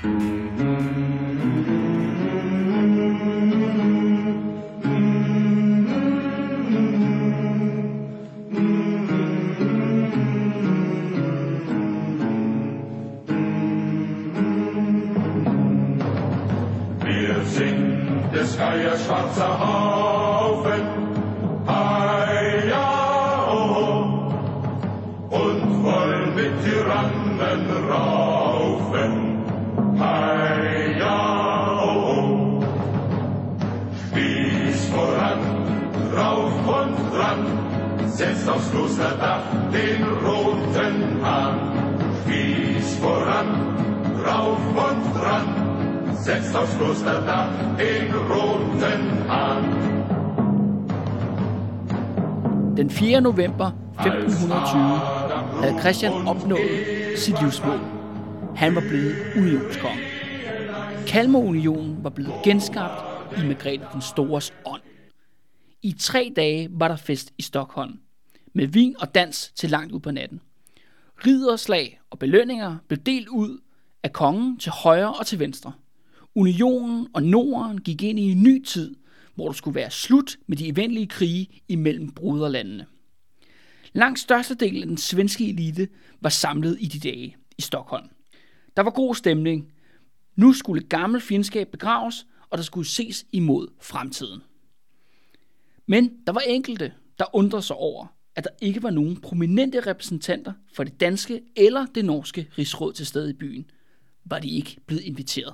Des Geier schwarzer Haufen, heia, oh, und wollen mit Tyrannen raufen, heia, oh, Spieß voran, rauf und ran, setzt aufs Klosterdach den roten Hahn, Spieß voran, rauf und ran, setzt aufs Klosterdach den roten Hahn. Den 4. november 1520 havde Christian opnået sit livsmål. Han var blevet unionskonge. Kalmarunionen var blevet genskabt i Margrethe den Stores ånd. I 3 dage var der fest i Stockholm, med vin og dans til langt ud på natten. Ridderslag og belønninger blev delt ud af kongen til højre og til venstre. Unionen og Norden gik ind i en ny tid, hvor der skulle være slut med de eventlige krige imellem broderlandene. Langt størstedelen af den svenske elite var samlet i de dage i Stockholm. Der var god stemning. Nu skulle gammel fjendskab begraves, og der skulle ses imod fremtiden. Men der var enkelte, der undrede sig over, at der ikke var nogen prominente repræsentanter for det danske eller det norske rigsråd til stede i byen. Var de ikke blevet inviteret?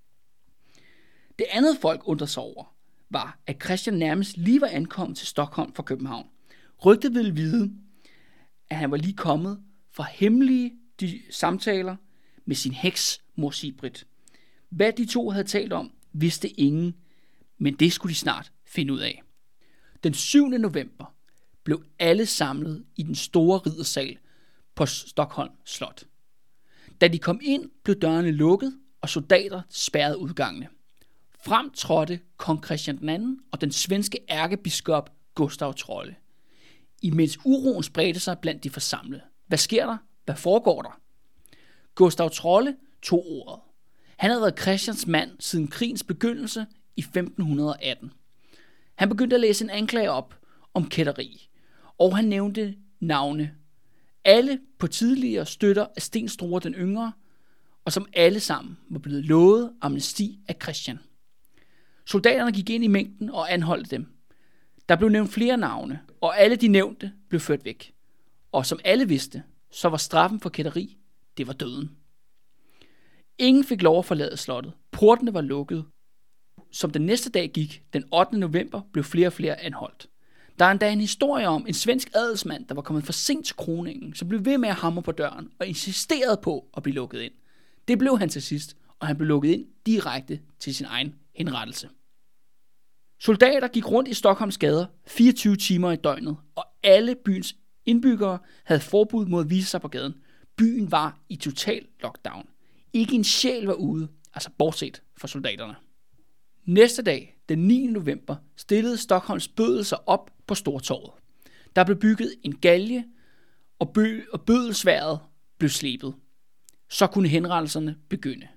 Det andet folk undrede sig over, var, at Christian nærmest lige var ankommet til Stockholm fra København. Rygtet ville vide, at han var lige kommet fra hemmelige samtaler med sin heks, mor Sigbritt. Hvad de to havde talt om, vidste ingen, men det skulle de snart finde ud af. Den 7. november blev alle samlet i den store riddersal på Stockholm Slot. Da de kom ind, blev dørene lukket, og soldater spærrede udgangene. Frem trådte kong Christian II og den svenske ærkebiskop Gustav Trolle. Imens uroen spredte sig blandt de forsamlede. Hvad sker der? Hvad foregår der? Gustav Trolle tog ordet. Han havde været Christians mand siden krigens begyndelse i 1518. Han begyndte at læse en anklage op om kætteri, og han nævnte navne. Alle på tidligere støtter af Sten Sture den Yngre, og som alle sammen var blevet lovet amnesti af Christian. Soldaterne gik ind i mængden og anholdte dem. Der blev nævnt flere navne, og alle de nævnte blev ført væk. Og som alle vidste, så var straffen for kætteri, det var døden. Ingen fik lov at forlade slottet. Portene var lukket. Som den næste dag gik, den 8. november, blev flere og flere anholdt. Der er endda en historie om en svensk adelsmand, der var kommet for sent til kroningen, som blev ved med at hamre på døren og insisterede på at blive lukket ind. Det blev han til sidst, og han blev lukket ind direkte til sin egen henrettelse. Soldater gik rundt i Stockholms gader 24 timer i døgnet, og alle byens indbyggere havde forbud mod at vise sig på gaden. Byen var i total lockdown. Ikke en sjæl var ude, altså bortset fra soldaterne. Næste dag, den 9. november, stillede Stockholms bødel sig op på Stortorvet. Der blev bygget en galge, og bødelsværet blev slebet. Så kunne henrettelserne begynde.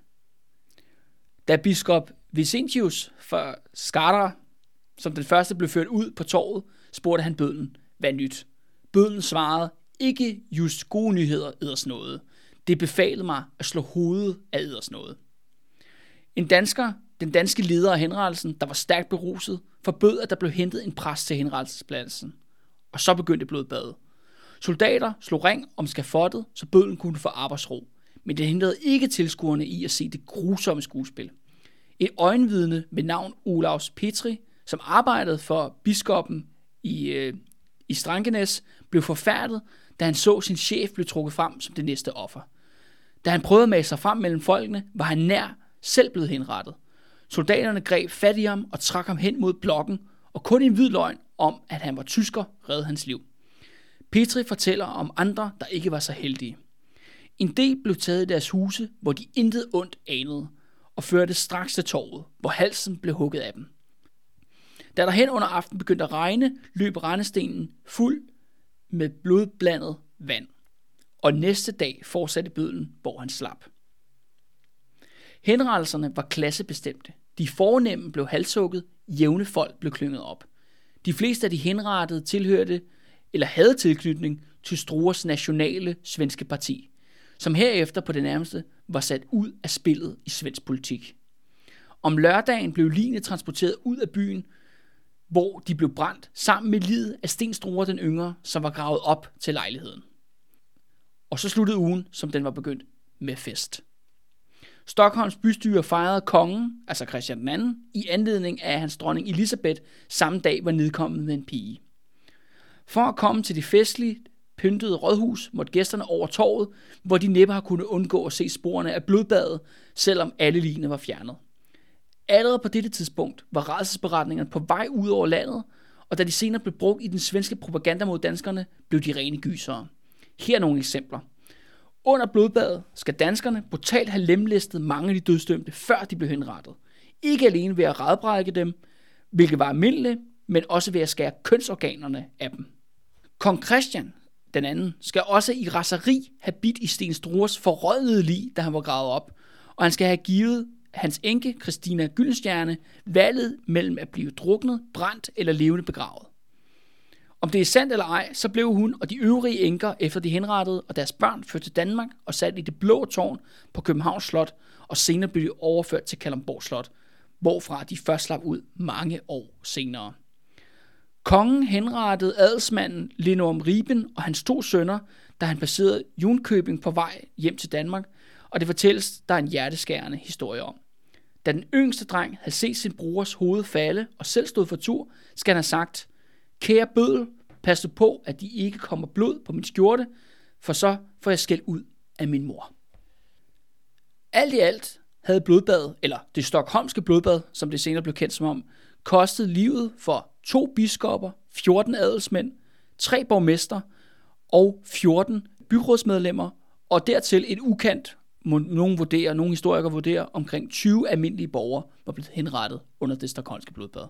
Da biskop Vicentius fra Skara, som den første blev ført ud på torvet, spurgte han bødlen, hvad nyt? Bødlen svarede, ikke just gode nyheder, eddersnåde. Det befalede mig at slå hovedet af eddersnåde. En dansker, den danske leder af henrettelsen, der var stærkt beruset, forbød, at der blev hentet en præst til henrettelsespladsen. Og så begyndte blodbadet. Soldater slog ring om skafottet, så bødlen kunne få arbejdsro. Men det hindrede ikke tilskuerne i at se det grusomme skuespil. Et øjenvidne ved navn Olaus Petri, som arbejdede for biskoppen i Strankenæs, blev forfærdet, da han så sin chef blive trukket frem som det næste offer. Da han prøvede at mase sig frem mellem folkene, var han nær selv blevet henrettet. Soldaterne greb fat i ham og trak ham hen mod blokken, og kun en hvid løgn om, at han var tysker, reddede hans liv. Petri fortæller om andre, der ikke var så heldige. En del blev taget i deres huse, hvor de intet ondt anede, og førte straks til torvet, hvor halsen blev hugget af dem. Da der hen under aften begyndte at regne, løb rendestenen fuld med blodblandet vand. Og næste dag fortsatte bødlen, hvor han slap. Henrettelserne var klassebestemte. De fornemme blev halshugget, jævne folk blev klynget op. De fleste af de henrettede tilhørte eller havde tilknytning til Struers nationale svenske parti, som herefter på det nærmeste var sat ud af spillet i svensk politik. Om lørdagen blev ligene transporteret ud af byen, hvor de blev brændt sammen med liget af Sten Sture den yngre, som var gravet op til lejligheden. Og så sluttede ugen, som den var begyndt, med fest. Stockholms bystyre fejrede kongen, altså Christian II, i anledning af hans dronning Elisabeth samme dag var nedkommet med en pige. For at komme til det festlige, pyntede rådhus måtte gæsterne over torvet, hvor de næppe har kunnet undgå at se sporene af blodbadet, selvom alle ligene var fjernet. Allerede på dette tidspunkt var rædselsberetningerne på vej ud over landet, og da de senere blev brugt i den svenske propaganda mod danskerne, blev de rene gysere. Her er nogle eksempler. Under blodbadet skal danskerne brutalt have lemlæstet mange af de dødsdømte, før de blev henrettet. Ikke alene ved at radbrække dem, hvilket var almindeligt, men også ved at skære kønsorganerne af dem. Kong Christian den anden skal også i raseri have bidt i Sten Stures forrådnede lig, da han var gravet op, og han skal have givet hans enke, Christina Gyldenstjerne, valget mellem at blive druknet, brændt eller levende begravet. Om det er sandt eller ej, så blev hun og de øvrige enker efter de henrettede og deres børn ført til Danmark og sat i det blå tårn på Københavns Slot, og senere blev de overført til Kalundborg Slot, hvorfra de først slap ud mange år senere. Kongen henrettede adelsmanden Lenorm Riben og hans 2 sønner, da han passerede Junkøbing på vej hjem til Danmark, og det fortælles, der er en hjerteskærende historie om. Da den yngste dreng havde set sin brors hoved falde og selv stod for tur, skal han have sagt: "Kære bødel, pas på, at de ikke kommer blod på min skjorte, for så får jeg skæld ud af min mor." Alt i alt havde blodbadet, eller det stockholmske blodbad, som det senere blev kendt som om, kostet livet for 2 biskopper, 14 adelsmænd, 3 borgmester og 14 byrådsmedlemmer, og dertil et ukendt, nogle historikere vurderer, omkring 20 almindelige borgere var blevet henrettet under det stockholmske blodbad.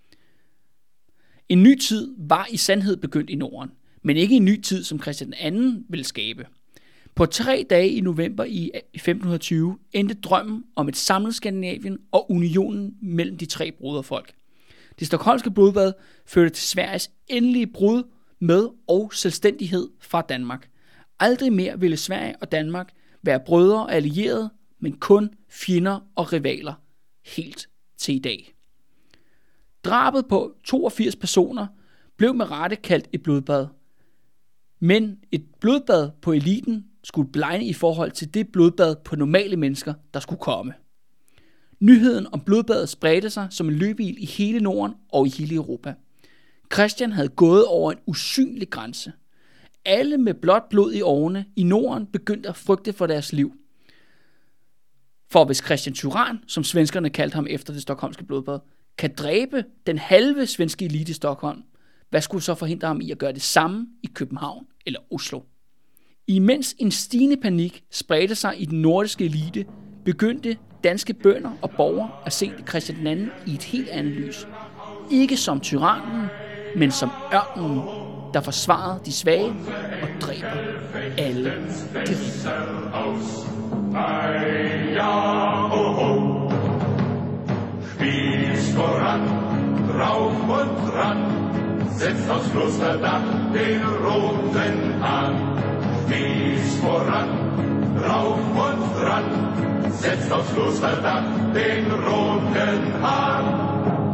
En ny tid var i sandhed begyndt i Norden, men ikke en ny tid, som Christian II ville skabe. På 3 dage i november i 1520 endte drømmen om et samlet Skandinavien og unionen mellem de 3 broderfolk. Det stockholmske blodbad førte til Sveriges endelige brud med og selvstændighed fra Danmark. Aldrig mere ville Sverige og Danmark være brødre og allierede, men kun fjender og rivaler, helt til i dag. Drabet på 82 personer blev med rette kaldt et blodbad, men et blodbad på eliten skulle blegne i forhold til det blodbad på normale mennesker, der skulle komme. Nyheden om blodbadet spredte sig som en løbeil i hele Norden og i hele Europa. Christian havde gået over en usynlig grænse. Alle med blåt blod i årene i Norden begyndte at frygte for deres liv. For hvis Christian Tyrann, som svenskerne kaldte ham efter det stockholmske blodbad, kan dræbe den halve svenske elite i Stockholm, hvad skulle så forhindre ham i at gøre det samme i København eller Oslo? Imens en stigende panik spredte sig i den nordiske elite, begyndte danske bønder og borgere at se Christian II i et helt andet lys. Ikke som tyrannen, men som ørnen, der forsvarede de svage og dræber alle de rige. Spieß voran, drauf und dran, setzt aufs Klosterdach den roten Hahn. Spieß voran, drauf und dran, setzt aufs Klosterdach den roten Hahn.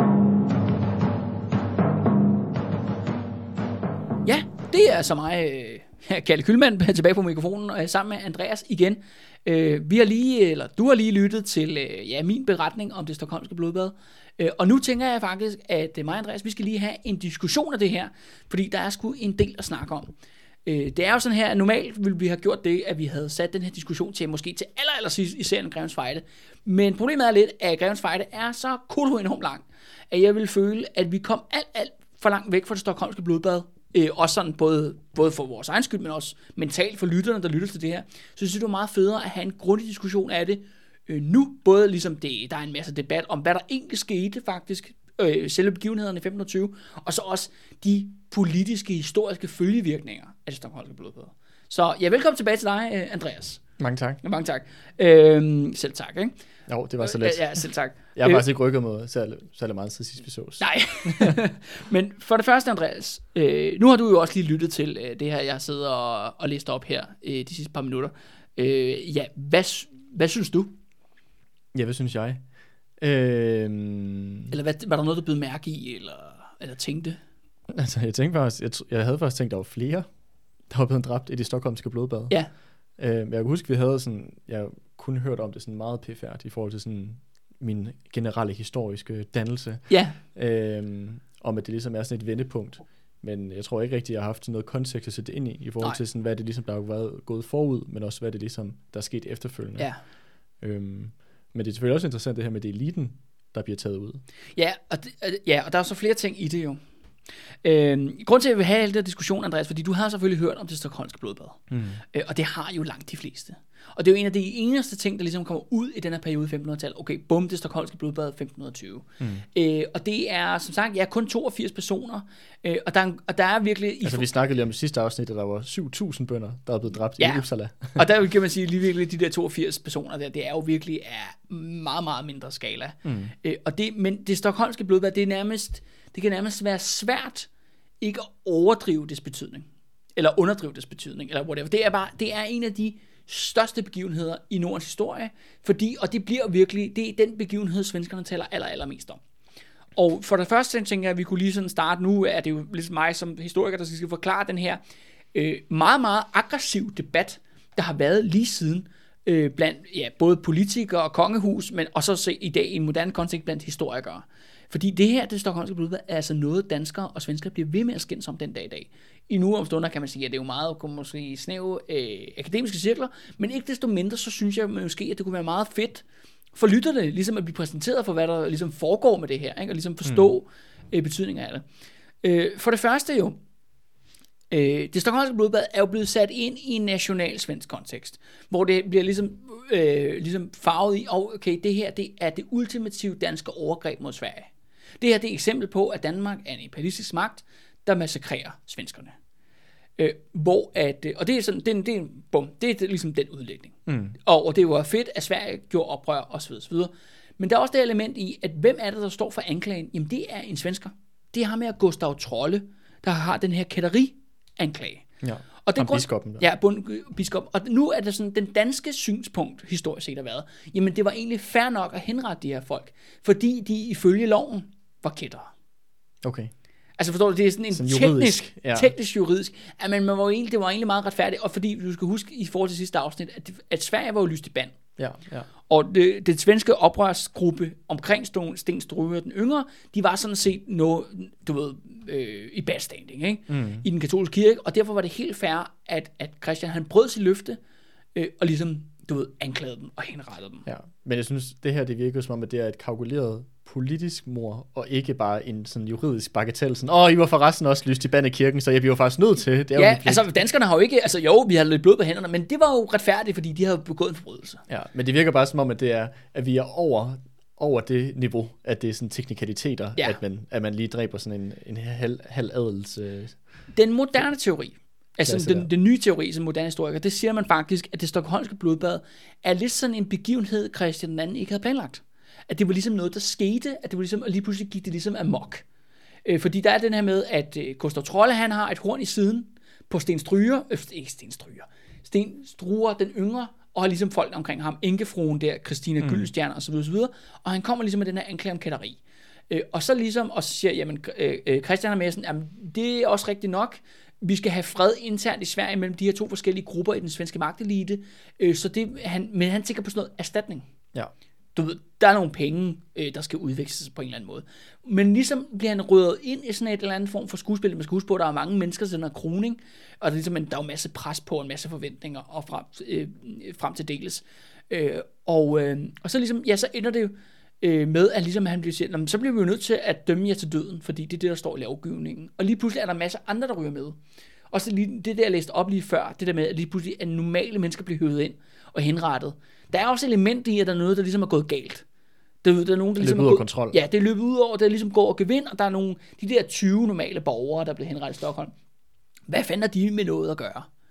Ja, det er så mig, Kalle Kyllmann, tilbage på mikrofonen, og sammen med Andreas igen. Du har lige lyttet til min beretning om det stockholmske blodbad. Og nu tænker jeg faktisk, at mig og Andreas, vi skal lige have en diskussion af det her, fordi der er sgu en del at snakke om. Det er jo sådan her, at normalt ville vi have gjort det, at vi havde sat den her diskussion til måske til aller sidst i serien Grevens Fejde. Men problemet er lidt, at Grevens Fejde er så enormt lang, at jeg vil føle, at vi kom alt for langt væk fra det stockholmske blodbad. Også sådan både for vores egen skyld, men også mentalt for lytterne, der lytter til det her. Så jeg synes, det var meget federe at have en grundig diskussion af det nu. Både ligesom der er en masse debat om, hvad der egentlig skete faktisk, selve begivenhederne i 1520, og så også de politiske, historiske følgevirkninger af det stockholmske blodbad. Så velkommen tilbage til dig, Andreas. Mange tak. Mange tak. Selv tak, ikke? Jo, det var så let. Ja, selv tak. Jeg har faktisk ikke rykket mig særlig meget siden sidst vi sås. Nej. Men for det første, Andreas, nu har du jo også lige lyttet til det her, jeg sidder og læst op her de sidste par minutter. Ja, hvad synes du? Ja, hvad synes jeg? Eller var der noget, du blev mærke i, eller tænkte? Altså, jeg havde faktisk tænkt, der var flere, der var blevet dræbt i det stockholmske blodbad. Ja. Jeg kan huske, vi havde sådan, jeg kun hørt om det sådan meget pæfærdigt i forhold til sådan min generelle historiske dannelse. Ja. Om at det ligesom er sådan et vendepunkt. Men jeg tror ikke rigtig, jeg har haft noget kontekst at sætte ind i forhold til sådan, hvad det ligesom, der har været gået forud, men også hvad det ligesom, der er sket efterfølgende. Ja. Men det er selvfølgelig også interessant det her med det eliten, der bliver taget ud. Ja, og der er så flere ting i det jo. Grunden til, at jeg vil have hele den diskussion, Andreas, fordi du har selvfølgelig hørt om det stockholmske blodbad. Og det har jo langt de fleste. Og det er jo en af de eneste ting, der ligesom kommer ud i den her periode 1500-tallet. Okay, bum, det stockholmske blodbad 1520. Og det er, som sagt, kun 82 personer. Og der er virkelig... Altså, vi snakkede lige om det sidste afsnit, at der var 7.000 bønder, der er blevet dræbt i Uppsala. Og der kan man sige, lige virkelig, de der 82 personer der, det er jo virkelig meget, meget mindre skala. Men det stockholmske blodbad, det kan nærmest være svært ikke at overdrive dets betydning. Eller underdrive dets betydning, eller whatever. Det er en af de største begivenheder i Nordens historie, og det er den begivenhed, svenskerne taler allermest om. Og for det første tænker jeg, at vi kunne lige sådan starte nu, er det jo lidt mig som historiker, der skal forklare den her meget, meget aggressiv debat, der har været lige siden blandt både politikere og kongehus, men også i dag i en moderne kontekst blandt historikere. Fordi det stockholmske blodbad, er altså noget, danskere og svenskere bliver ved med at skændes om den dag i dag. I nu om stunder kan man sige, at det er jo meget måske snæve akademiske cirkler, men ikke desto mindre, så synes jeg måske, at det kunne være meget fedt for lytterne, ligesom at blive præsenteret for, hvad der ligesom foregår med det her, ikke? Og ligesom forstå betydningen af det. For det første jo, det stockholmske blodbad er jo blevet sat ind i en national svensk kontekst, hvor det bliver ligesom farvet i, okay, det her det er det ultimative danske overgreb mod Sverige. Det her det er et eksempel på, at Danmark er en imperialistisk magt, der massakrerer svenskerne. Og det er sådan, det er ligesom den udlægning. Og det var fedt, at Sverige gjorde oprør osv. Men der er også det element i, at hvem er det, der står for anklagen? Jamen det er en svensker. Det er ham med Gustav Trolle, der har den her kætteri-anklage. Ja. Og den biskoppen der. Ja, biskop. Og nu er det sådan, den danske synspunkt, historisk set har været, jamen det var egentlig fair nok at henrette de her folk, fordi de ifølge loven var kættere. Okay. Altså forstår du, det er sådan en teknisk juridisk, at det var egentlig meget retfærdigt, og fordi du skal huske i forhold til sidste afsnit, at Sverige var jo lyst i band. Ja. Og det svenske oprørsgruppe omkring Sten Sture den yngre, de var sådan set noget, i bad standing, ikke? I den katolske kirke, og derfor var det helt fair, at Christian han brød sit løfte, og ligesom, anklagede dem og henrettede dem. Ja, men jeg synes, det her, det virker som om, at det er et kalkuleret politisk mord, og ikke bare en sådan juridisk bagatel, sådan, I var forresten også lyst i band i kirken, så jeg bliver faktisk nødt til det. Ja, altså danskerne har jo ikke, vi har lidt blod på hænderne, men det var jo retfærdigt, fordi de havde begået en forbrydelse. Ja, men det virker bare som om, at at vi er over det niveau, at det er sådan teknikaliteter, at man lige dræber sådan en halv adels... Den moderne teori, altså den nye teori som moderne historiker, det siger man faktisk, at det stockholmske blodbad er lidt sådan en begivenhed, Christian II ikke havde planlagt. At det var ligesom noget, der skete, at det var ligesom, og lige pludselig gik det ligesom amok. Fordi der er den her med, at Gustav Trolle, han har et horn i siden på Sten Sture den yngre, og har ligesom folk omkring ham, enkefruen der, Christina Gyldenstjerne osv. Og han kommer ligesom med den her anklage om kætteri. Og så ligesom, og så siger, jamen, Christian er med sådan, jamen, det er også rigtigt nok, vi skal have fred internt i Sverige mellem de her to forskellige grupper i den svenske magtelite, men han tænker på sådan noget erstatning. Ja. Der er nogle penge, der skal udveksles på en eller anden måde. Men ligesom bliver han røret ind i sådan et eller andet form for skuespil. Man skal huske på, at der er mange mennesker, der er kroning, og der er jo en masse pres på, en masse forventninger, og frem til deles. Og så ligesom, så ender det jo med, at ligesom han bliver sagt, så bliver vi jo nødt til at dømme jer til døden, fordi det er det, der står i lovgivningen. Og lige pludselig er der masser af andre, der ryger med. Og så lige, det der, jeg læste op lige før, det der med, at lige pludselig at normale mennesker bliver høvet ind og henrettet. Der er også element i, at der er noget, der ligesom er gået galt. Der er nogen, der ligesom løbet ud af kontrol. Ja, det er løbet ud over, der ligesom går og gevind, og der er nogle, de der 20 normale borgere, der bliver henrettet i Stockholm. Hvad fanden er de med noget at gøre?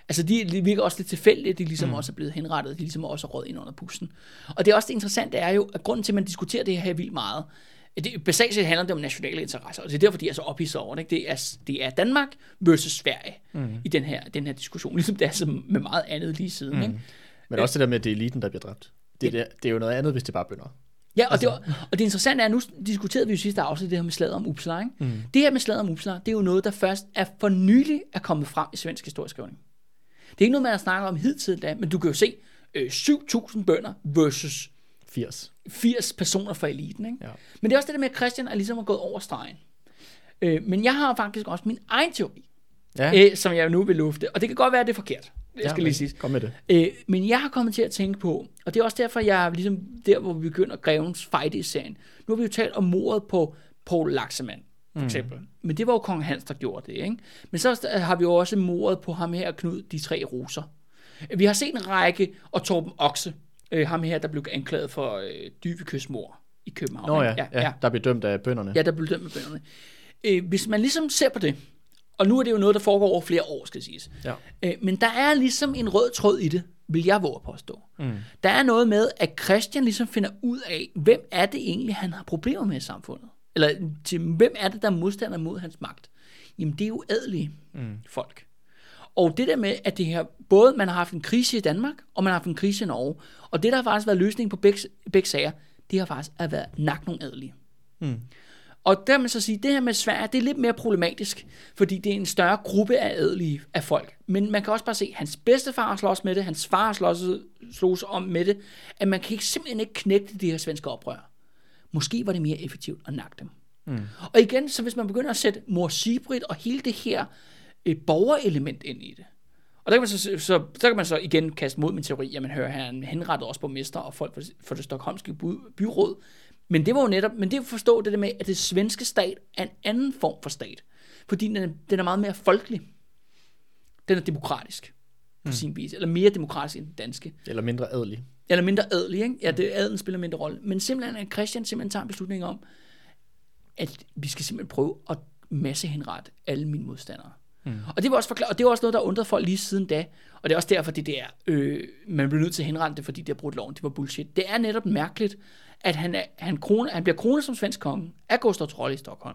Altså, de virker også lidt tilfældigt, de ligesom også er blevet henrettet, de ligesom også er røget ind under bussen. Og det er også det interessante, er jo, at grunden til, at man diskuterer det her vildt meget, basalt set handler det om nationale interesser, og det er derfor, de er så ophidset over det. Det er Danmark versus Sverige i den her diskussion, ligesom det er så med meget andet lige siden. Ikke? Men også det der med, at det er eliten, der bliver dræbt. Det er jo noget andet, hvis det bare bønder. Ja, og det interessante er, at nu diskuterede vi jo sidste afsnit det her med slaget om Uppsala. Ikke? Det her med slaget om Uppsala, det er jo noget, der først er for nylig er kommet frem i svensk historieskrivning. Det er ikke noget, man har snakket om hidtil da, men du kan jo se 7.000 bønder versus 80 personer fra eliten. Ikke? Ja. Men det er også det der med, at Christian er ligesom gået over stregen. Men jeg har faktisk også min egen teori, som jeg nu vil lufte, og det kan godt være, at det er forkert. Jeg skal lige sige. Kom med det. Men jeg har kommet til at tænke på, og det er også derfor, jeg ligesom der, hvor vi begynder Grevens Fejde i serien. Nu har vi jo talt om mordet på Poul Laxemand, for eksempel. Men det var jo kong Hans, der gjorde det, ikke? Men så har vi jo også mordet på ham her, Knud, de 3 roser. Vi har set en række, og Torben Oxe, ham her, der blev anklaget for Dyvekysmord i København. Nå ja, der blev dømt af bønderne. Ja, der blev dømt af bønderne. Hvis man ligesom ser på det, og nu er det jo noget, der foregår over flere år, skal siges. Ja. Men der er ligesom en rød tråd i det, vil jeg våge at påstå. Der er noget med, at Christian ligesom finder ud af, hvem er det egentlig, han har problemer med i samfundet? Eller hvem er det, der er modstander mod hans magt? Jamen, det er jo adelige folk. Og det der med, at det her, både man har haft en krise i Danmark, og man har haft en krise i Norge, og det, der har faktisk været løsningen på begge sager, det har faktisk været nakke nogle adelige. Og der kan man så sige, at det her med Sverige, det er lidt mere problematisk, fordi det er en større gruppe af adelige af folk. Men man kan også bare se, at hans bedstefar slås med det, hans far slås om med det, at man kan simpelthen ikke knække de her svenske oprør. Måske var det mere effektivt at nakke dem. Og igen, så hvis man begynder at sætte Mor Sigbrit og hele det her borgerelement ind i det, og der kan man så igen kaste mod min teori, at man hører her, han henrettede også borgmester og folk for det stokholmske byråd. Men det var jo netop, men det er forstå det der med, at det svenske stat er en anden form for stat. Fordi den er meget mere folkelig. Den er demokratisk på sin vis. Eller mere demokratisk end den danske. Eller mindre adelig. Eller mindre adelig, ikke? Ja, adelen spiller mindre rolle. Men simpelthen, at Christian simpelthen tager en beslutning om, at vi skal simpelthen prøve at massehenrette alle mine modstandere. Og det var også forklaret, og det var også noget, der undrede folk lige siden da. Og det er også derfor, det der, man blev nødt til at henrette det, fordi det har brudt loven. Det var bullshit. Det er netop mærkeligt, at han bliver kronet som svensk konge af Gustav Trolle i Stockholm.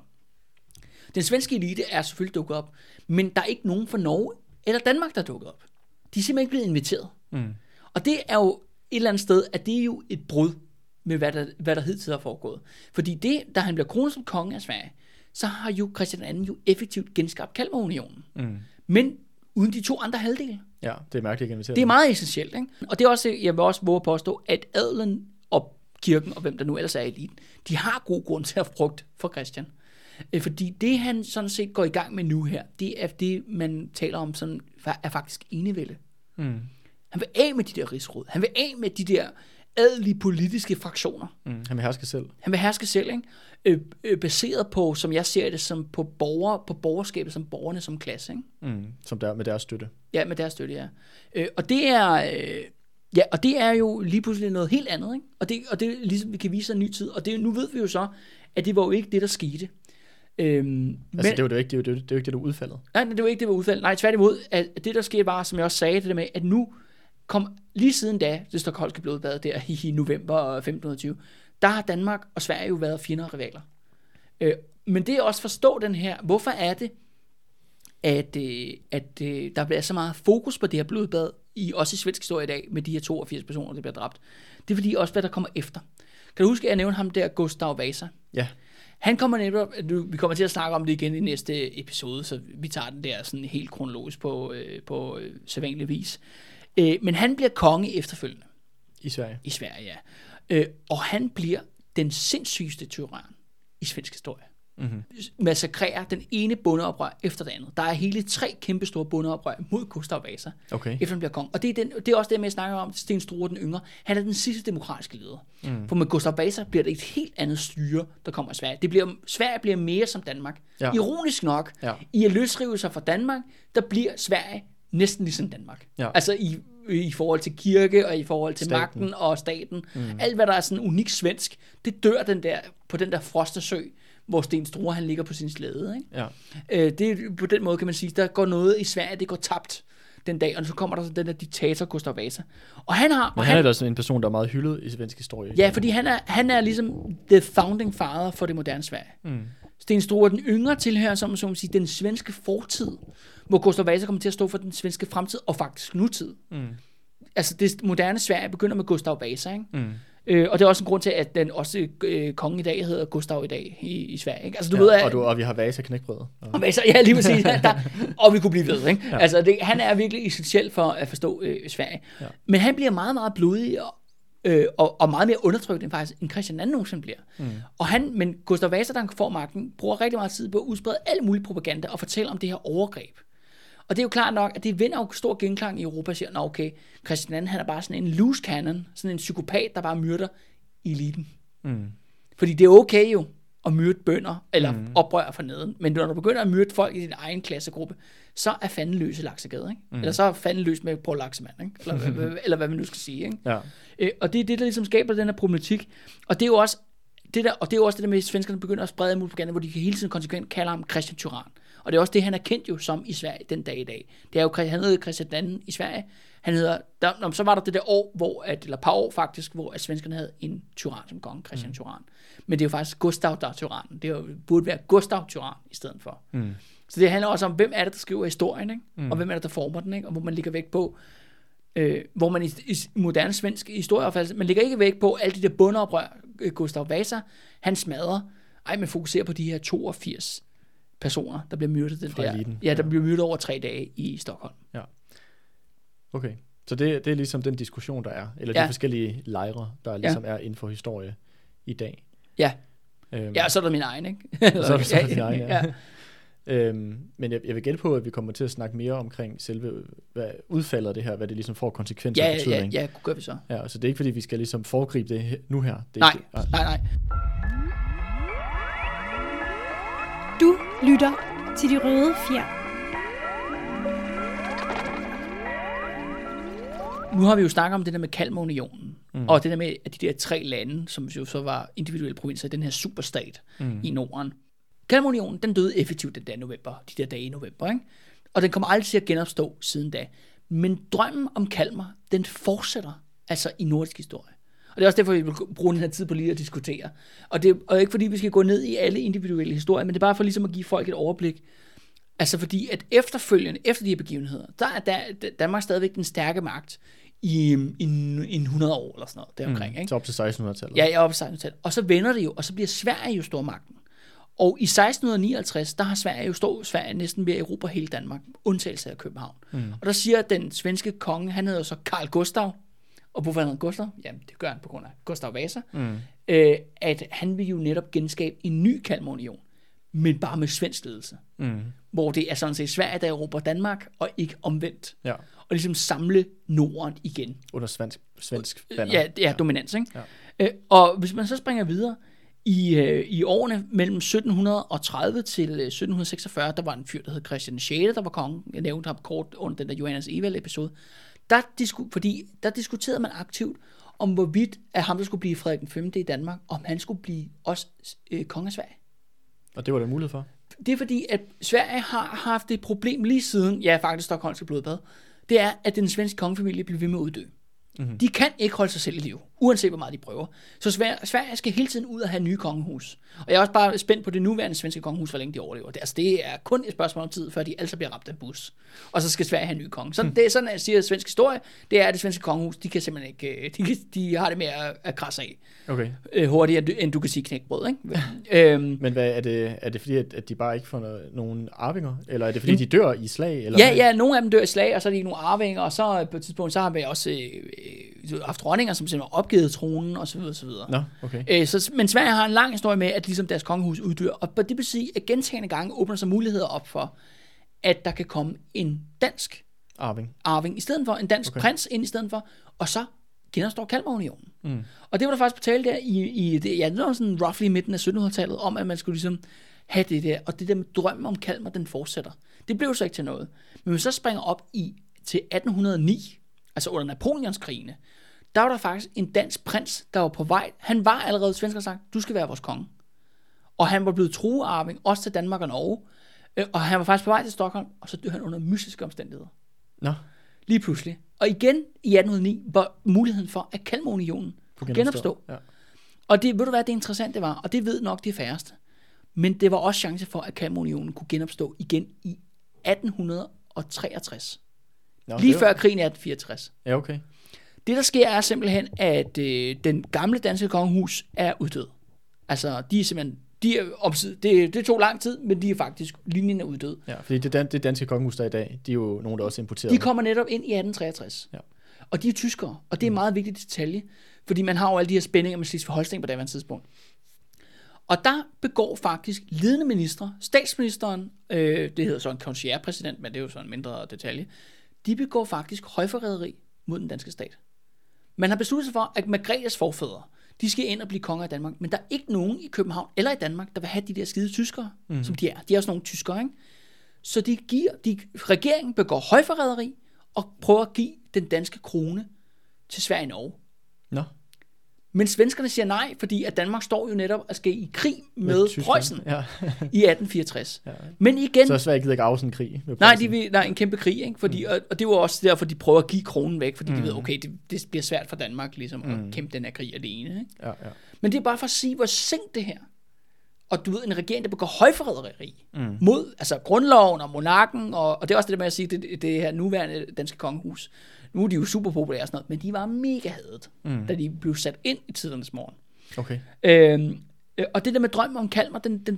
Den svenske elite er selvfølgelig dukket op, men der er ikke nogen fra Norge eller Danmark, der er dukket op. De er simpelthen ikke blevet inviteret. Og det er jo et eller andet sted, at det er jo et brud med, hvad der hidtil har foregået. Fordi det, da han bliver kronet som konge af Sverige, så har jo Christian II jo effektivt genskabt Kalmarunionen. Men uden de 2 andre halvdele. Ja, det er mærkeligt at invitere. Det er meget essentielt, ikke? Og det er også, jeg vil også våge at påstå, at adelen og kirken, og hvem der nu ellers er i eliten, de har god grund til at frugt for Christian. Fordi det, han sådan set går i gang med nu her, det er det, man taler om, sådan, er faktisk enevælde. Han vil af med de der rigsråd. Han vil af med de der adelige politiske fraktioner. Han vil herske selv. Han vil herske selv, ikke? Baseret på, som jeg ser det, som på borgerskabet, som borgerne som klasse, ikke? Som der med deres støtte. Ja, med deres støtte, ja. Og det er... Ja, og det er jo lige pludselig noget helt andet, ikke? Og det er ligesom, vi kan vise en ny tid. Og nu ved vi jo så, at det var jo ikke det, der skete. Men, det var jo ikke det, der var udfaldet. Nej, det var ikke det, der var udfaldet. Nej, tværtimod, at det, der skete, var, som jeg også sagde, det der med, at nu kom lige siden da, det stokholmske blodbad der i november 1520, der har Danmark og Sverige jo været fjender og rivaler. Men det er også forstå den her, hvorfor er det, at der bliver så meget fokus på det her blodbad, også i svensk historie i dag, med de her 82 personer, der bliver dræbt. Det er fordi også, hvad der kommer efter. Kan du huske, at jeg nævnte ham der, Gustav Vasa? Ja. Han kommer netop, vi kommer til at snakke om det igen i næste episode, så vi tager den der sådan helt kronologisk på sædvanlig vis. Men han bliver konge efterfølgende. I Sverige? I Sverige, ja. Og han bliver den sindssygeste tyran i svensk historie. Massakrerer den ene bondeoprør efter det andet. Der er hele 3 kæmpestore bondeoprør mod Gustav Vasa, efter han bliver konge. Og det er også det, jeg snakker om, Sten Sture den Yngre. Han er den sidste demokratiske leder. For med Gustav Vasa bliver det et helt andet styre, der kommer i Sverige. Sverige bliver mere som Danmark. Ja. Ironisk nok, i at løsrive sig fra Danmark, der bliver Sverige næsten ligesom Danmark. Ja. Altså i forhold til kirke, og i forhold til staten. Magten og staten. Alt, hvad der er sådan unikt svensk, det dør på den der Frostesø, hvor Sten Sture, han ligger på sin slæde. Ikke? Ja. Det på den måde kan man sige, der går noget i Sverige, det går tabt. den dag, og så kommer der så den der diktator, Gustav Vasa. Og han har... Men han er da sådan en person, der er meget hyldet i svensk historie. Ja, fordi han er ligesom the founding father for det moderne Sverige. Sten Sture, den yngre, tilhører, som man siger, den svenske fortid, hvor Gustav Vasa kommer til at stå for den svenske fremtid, og faktisk nutid. Altså, det moderne Sverige begynder med Gustav Vasa, ikke? Og det er også en grund til, at den også kongen i dag hedder Gustav i dag i Sverige. Ikke? Altså, du ved, at, og vi har Vasa knækbrød. Og Vasa, ja, lige præcis. Og vi kunne blive ved. Ikke? Ja. Altså, han er virkelig essentiel for at forstå Sverige. Ja. Men han bliver meget, meget blodig og meget mere undertrykt end Christian II nogensinde bliver. Men Gustav Vasa, der får magten, bruger rigtig meget tid på at udsprede al mulig propaganda og fortælle om det her overgreb. Og det er jo klart nok, at det vinder jo stor genklang i Europa, og siger, okay, Christian II, han er bare sådan en loose cannon, sådan en psykopat, der bare myrder eliten. Fordi det er okay jo at myrde bønder, eller oprør for neden, men når du begynder at myrde folk i din egen klassegruppe, så er fanden løs i Laksegade, ikke? Eller så er fanden løs med Poul Laksemand, ikke? Eller hvad man nu skal sige, ikke? Ja. Og det er det, der ligesom skaber den her problematik, og det er jo også det der med, at svenskerne begynder at sprede mulig propaganda, hvor de hele tiden konsekvent kalder ham Christian Tyrann. Og det er også det, han er kendt jo som i Sverige den dag i dag. Det er jo, han hedder Christian II i Sverige. Han hedder, så var der det der år, eller par år faktisk, hvor at svenskerne havde en tyrann som konge, Christian Tyrann. Men det er jo faktisk Gustav, der er tyrannen. Det burde være Gustav Tyrann i stedet for. Så det handler også om, hvem er det, der skriver historien, ikke? Og hvem er det, der former den, ikke? Og hvor man ligger vægt på, hvor man i moderne svensk historieopfattelse, man ligger ikke vægt på alle de der bundeoprør, Gustav Vasa, han smadrer, men fokuserer på de her 82 personer, der bliver myrdet der bliver myrdet over 3 dage i Stockholm. Ja. Okay. Så det er ligesom den diskussion, der er, eller de forskellige lejre, der ligesom er inden for historie i dag. Ja. Ja, så er der min egen, ikke? Så er der din egen, ja. Men jeg vil gætte på, at vi kommer til at snakke mere omkring selve hvad udfaldet af det her, hvad det ligesom får konsekvenser og betydning. Ja, gør vi så. Ja, så det er ikke fordi, vi skal ligesom foregribe det nu her. Det nej, ikke, nej. Du lytter til De Røde Fjer. Nu har vi jo snakket om det der med Kalmarunionen, og det der med at de der 3 lande, som jo så var individuelle provinser i den her superstat i Norden. Kalmarunionen, den døde effektivt de der dage i november, ikke? Og den kommer aldrig til at genopstå siden da. Men drømmen om Kalmar, den fortsætter altså i nordisk historie. Og det er også derfor, vi vil bruge den her tid på lige at diskutere. Og det er ikke fordi, vi skal gå ned i alle individuelle historier, men det er bare for ligesom at give folk et overblik. Altså fordi, at efterfølgende, efter de her begivenheder, der er Danmark stadigvæk den stærke magt i 100 år eller sådan noget deromkring. Ikke? Så op til 1600-tallet. Ja, op til 1600-tallet. Og så vender det jo, og så bliver Sverige jo stormagten. Og i 1659, der har Sverige næsten ved at erobre hele Danmark, undtagelse af København. Og der siger den svenske konge, han hedder så Carl Gustav, og hvorfor han hedder Gustav? Jamen, det gør han på grund af Gustav Vasa, at han vil jo netop genskabe en ny Kalmarunion, men bare med svensk ledelse. Hvor det er sådan set Sverige, der erobrer Danmark, og ikke omvendt. Ja. Og ligesom samle Norden igen. Under svensk banner. Ja, dominans, ikke? Ja. Og hvis man så springer videre, i årene mellem 1730 til 1746, der var en fyr, der hed Christian VI, der var konge. Jeg nævnte ham kort under den der Johannes Evald-episode. Der diskuterede man aktivt om, hvorvidt at ham, der skulle blive Frederik V i Danmark, om han skulle blive også konge af Sverige. Og det var der mulighed for? Det er fordi, at Sverige har haft et problem lige siden, faktisk Stockholmske blodbad, det er, at den svenske kongefamilie bliver ved med at uddø. De kan ikke holde sig selv i liv, uanset hvor meget de prøver. Så Sverige skal hele tiden ud og have nye kongehus. Og jeg er også bare spændt på det nuværende svenske kongehus, hvor længe de overlever. Det er kun et spørgsmål om tid, før de altså bliver ramt af en bus. Og så skal Sverige have en ny konge. Så det er sådan, at jeg siger, at svensk historie, det er det svenske kongehus, de kan simpelthen ikke, de har det med at krasse af. Okay. Hurtigere, end du kan sige knækbrød, ikke? Men hvad er det fordi, at de bare ikke får nogen arvinger? Eller er det fordi, de dør i slag? Eller ja, nogle af dem dør i slag, og så er de ikke nogen arvinger, og så på et tidspunkt, så har vi også haft dronninger, som simpelthen har opgivet tronen, og så videre, og så videre. Nå, okay. Men Sverige har en lang historie med, at ligesom deres kongehus uddør, og det vil sige, at gentagne gange åbner sig muligheder op for, at der kan komme en dansk arving i stedet for, en dansk prins ind i stedet for, og så genopstår Kalmarunionen. Og det var der faktisk på tale der det var sådan roughly midten af 1700-tallet, om at man skulle ligesom have det der, og det der med drømmen om Kalmar, den fortsætter. Det blev så ikke til noget. Men hvis så springer op til 1809, altså under Napoleonskrigene, der var der faktisk en dansk prins, der var på vej. Han var allerede svensker sagt, du skal være vores konge. Og han var blevet truearving, også til Danmark og Norge. Og han var faktisk på vej til Stockholm, og så døde han under mystiske omstændigheder. Nå. lige pludselig. Og igen i 1809 var muligheden for, at Kalmarunionen kunne genopstå. Ja. Og det, ved du hvad, det interessante var, og det ved nok de færreste, men det var også chance for, at Kalmarunionen kunne genopstå igen i 1863. Lige før krigen i 1864. Ja, okay. Det, der sker, er simpelthen, at den gamle danske kongehus er uddød. Altså, de er simpelthen... Det tog lang tid, men de er faktisk... Linjen er uddød. Ja, fordi det danske kongehus, der i dag, de er jo nogen, der også importerer. De kommer netop ind i 1863. Ja. Og de er tyskere, og det er en meget vigtig detalje, fordi man har jo alle de her spændinger med Slesvig-Holsten på daværende tidspunkt. Og der begår faktisk ledende ministre, statsministeren, det hedder så en concierge-præsident, men det er jo så en mindre detalje, de begår faktisk højforræderi mod den danske stat. Man har besluttet sig for, at Margrethes forfædre, de skal ind og blive konger i Danmark, men der er ikke nogen i København eller i Danmark, der vil have de der skide tyskere, som de er. De er også nogle tyskere, ikke? Så regeringen begår højforræderi og prøver at give den danske krone til Sverige og Norge. Nå. Men svenskerne siger nej, fordi at Danmark står jo netop at skal i krig med Preussen i 1864. Ja. Men igen... Så Sverige gider ikke af sådan en krig med Preussen? Nej, en kæmpe krig, ikke? Fordi, og det var også derfor, de prøver at give kronen væk, fordi de ved, okay, det bliver svært for Danmark ligesom at kæmpe den her krig alene. Ikke? Ja. Men det er bare for at sige, hvor sent det her. Og du ved, en regering, der begår højforræderi mod altså grundloven og monarken, og det er også det der med at sige, det her nuværende danske kongehus. Nu er de jo super populære og sådan noget, men de var mega hadet, da de blev sat ind i tidernes morgen. Okay. Og det der med drømmen om Kalmar,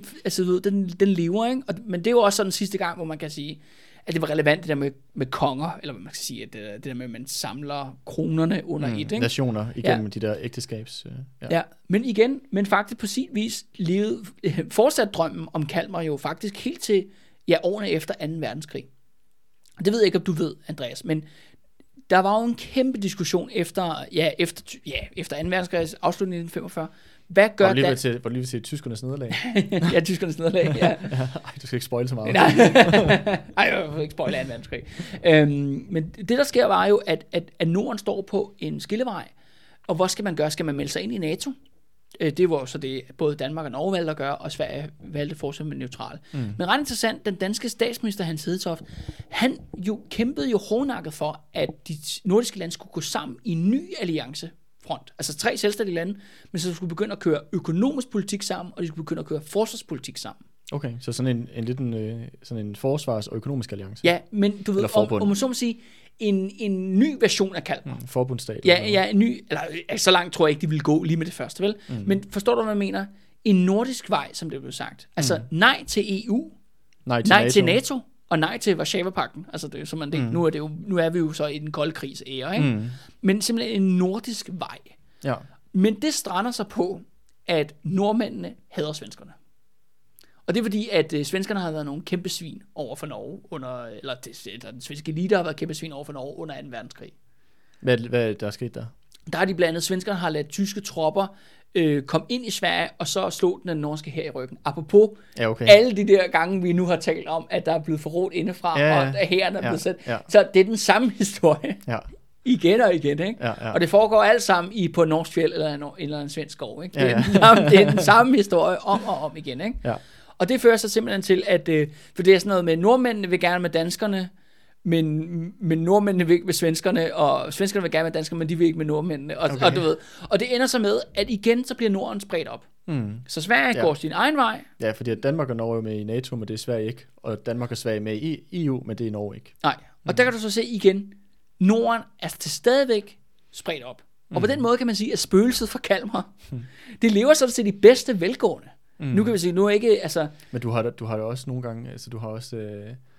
den lever, ikke? Men det er jo også sådan sidste gang, hvor man kan sige, at det var relevant, det der med konger, eller hvad man skal sige, at det der med, at man samler kronerne under et, ikke? Nationer igennem de der ægteskabs... Ja, men faktisk på sin vis levede fortsat drømmen om Kalmar jo faktisk helt til årene efter 2. verdenskrig. Det ved jeg ikke, om du ved, Andreas, men der var jo en kæmpe diskussion efter 2. verdenskrigs afslutning i 1945. Hvad gør det? Var du lige ved til tyskernes nederlag? Ja, tyskernes nederlag, ja. Ej, du skal ikke spoile så meget. Nej, jeg vil ikke spoile 2. verdenskrig. Men det, der sker, var jo, at Norden står på en skillevej. Og hvad skal man gøre? Skal man melde sig ind i NATO? Det var så det, både Danmark og Norge valgte at gøre, og Sverige valgte fortsat med neutral. Men ret interessant, den danske statsminister Hans Hedtoft, han kæmpede jo hårdnakket for, at de nordiske lande skulle gå sammen i en ny alliancefront. Altså 3 selvstændige lande, men så skulle begynde at køre økonomisk politik sammen, og de skulle begynde at køre forsvarspolitik sammen. Okay, så sådan en forsvars- og økonomisk alliance. Ja, men du ved, om man så må sige, en ny version af Kalmar. Forbundsstat. Ja, en ny, eller så langt tror jeg ikke, de ville gå lige med det første, vel? Men forstår du, hvad jeg mener? En nordisk vej, som det blev sagt. Altså nej til EU, nej til NATO, og nej til Warszawapagten. Altså det, som man det, nu er vi jo så i den kolde krigs ære, ikke? Men simpelthen en nordisk vej. Ja. Men det strander sig på, at nordmændene hader svenskerne. Og det er fordi, at svenskerne har været nogle kæmpe svin over for Norge, eller den svenske elite har været kæmpe svin over for Norge under 2. verdenskrig. Hvad der er sket der? Der har de blandt andet, svenskerne har ladet tyske tropper komme ind i Sverige, og så slå den norske her i ryggen. Apropos alle de der gange, vi nu har talt om, at der er blevet forrådt indefra, og at hæren er blevet sat. Ja. Så det er den samme historie. Ja. Igen og igen, ikke? Ja. Og det foregår alt sammen på Norsk Fjeld eller en svensk skov, ikke? Det er den samme historie om og om igen, ikke? Ja. Og det fører sig simpelthen til, at for det er sådan noget med, nordmændene vil gerne med danskerne, men nordmændene vil ikke med svenskerne, og svenskerne vil gerne med danskerne, men de vil ikke med nordmændene. Og du ved, og det ender så med, at igen så bliver Norden spredt op. Så Sverige går sin egen vej. Ja, fordi at Danmark og Norge er med i NATO, men det er Sverige ikke. Og Danmark og Sverige med i EU, men det er Norge ikke. Nej, og der kan du så se igen, Norden er til stadigvæk spredt op. Og på den måde kan man sige, at spøgelset fra Kalmar, det lever sådan set i bedste velgående. Nu kan vi sige, nu er ikke, altså... Men du har da også nogle gange, altså du har også,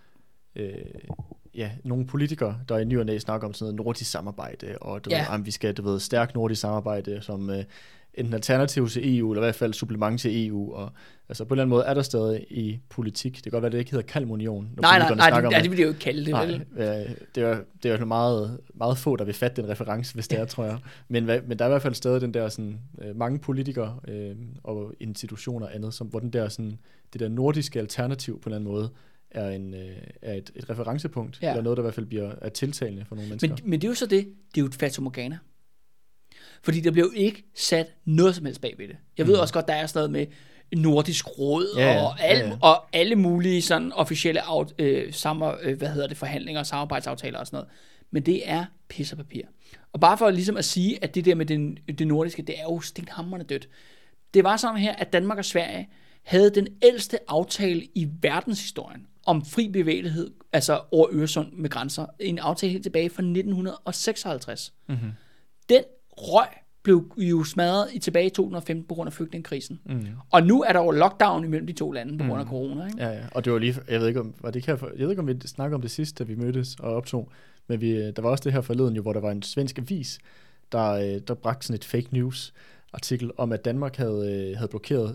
nogle politikere, der i ny og næ snakker om sådan noget nordisk samarbejde, og vi skal, stærk nordisk samarbejde som enten alternativ til EU, eller i hvert fald supplement til EU, og altså på en eller anden måde er der stadig i politik. Det kan godt være, det ikke hedder Kalmunion. Nej, det vil de jo ikke kalde det, vel? Det er jo meget, meget få, der vil fatte den reference, hvis det er, tror jeg. Men der er i hvert fald stadig den der sådan, mange politikere og institutioner og andet, hvor den der sådan, det der nordiske alternativ på en eller anden måde er et referencepunkt, eller noget, der i hvert fald bliver tiltalende for nogle mennesker. Men det er jo så det er jo et fatamorgana. Fordi der blev ikke sat noget som helst bag ved det. Jeg ved også godt, der er sådan noget med Nordisk Råd og alle mulige sådan officielle forhandlinger og samarbejdsaftaler og sådan noget. men det er pis og papir. Og bare for ligesom at sige, at det der med det nordiske, det er jo stinkhamrende dødt. Det var sådan her, at Danmark og Sverige havde den ældste aftale i verdenshistorien om fri bevægelighed, altså over Øresund med grænser. En aftale helt tilbage fra 1956. Mm-hmm. Den røg blev jo smadret tilbage i 2015 på grund af flygtningekrisen. Mm. Og nu er der jo lockdown imellem de to lande på grund af corona. Ikke? Ja, og det var lige, jeg ved ikke om vi snakkede om det sidste, da vi mødtes og optog, men der var også det her forleden jo, hvor der var en svensk avis, der bragte sådan et fake news artikel om, at Danmark havde blokeret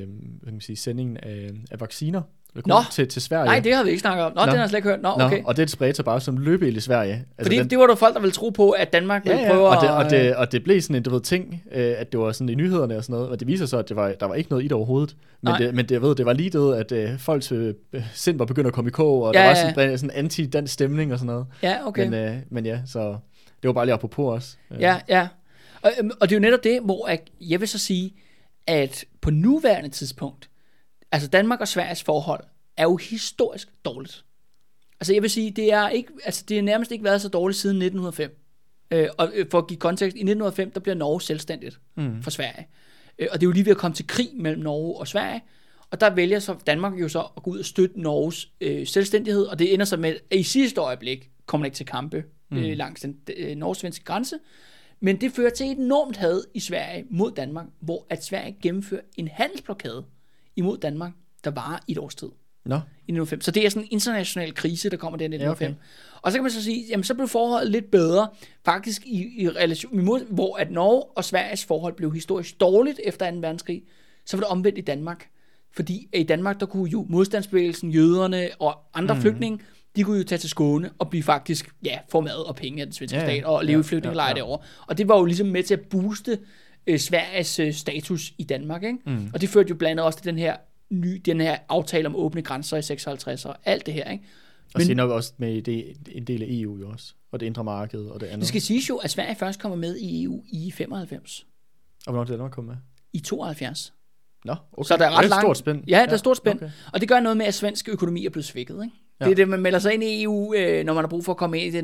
sendingen af vacciner til Sverige. Nej, det har vi ikke snakket om. Den har jeg slet ikke hørt. Okay. Og det spredte sig bare som løbeild i Sverige. Fordi det var der folk, der ville tro på, at Danmark ville prøve og det blev sådan en ting, at det var sådan i nyhederne og sådan noget, og det viser sig, at der var ikke noget i det overhovedet. Men det var lige det, at folks sind var begyndt at komme i kog, og der var sådan anti-dansk stemning og sådan noget. Ja, okay. Men ja, så det var bare lige apropos også. Ja. Og det er jo netop det, hvor jeg vil så sige, at på nuværende tidspunkt, altså Danmark og Sveriges forhold er jo historisk dårligt. Altså jeg vil sige, det er nærmest ikke været så dårligt siden 1905. Og for at give kontekst, i 1905, der bliver Norge selvstændigt for Sverige. Og det er jo lige ved at komme til krig mellem Norge og Sverige. Og der vælger så Danmark jo så at gå ud og støtte Norges selvstændighed. Og det ender så med, at i sidste øjeblik kommer ikke til kampe langs den norsk-svenske grænse. Men det fører til et enormt had i Sverige mod Danmark, hvor at Sverige gennemfører en handelsblokade imod Danmark, der varer i et års tid. No. I 1905. Så det er sådan en international krise, der kommer der i 1905. Ja, okay. Og så kan man så sige, jamen så blev forholdet lidt bedre, faktisk i relation imod, hvor at Norge og Sveriges forhold blev historisk dårligt efter 2. verdenskrig, så var det omvendt i Danmark. Fordi i Danmark, der kunne jo modstandsbevægelsen, jøderne og andre flygtninge, de kunne jo tage til Skåne og blive faktisk, få mad og penge af den svenske stat, og leve i flygtningelejre derovre. Og det var jo ligesom med til at booste Sveriges status i Danmark, ikke? Og det førte jo blandt andet også til den her aftale om åbne grænser i 56 og alt det her, ikke? Og senere også med en del af EU jo også, og det indre marked og det andet. Det skal siges jo, at Sverige først kommer med i EU i 95. Og hvornår det Danmark kom med? I 72. Nå, okay. Så der er ret langt. Stort spænd. Ja, der er stort spænd. Okay. Og det gør noget med, at svensk økonomi er blevet svækket, ikke? Ja. Det er det, man melder sig ind i EU, når man har brug for at komme ind i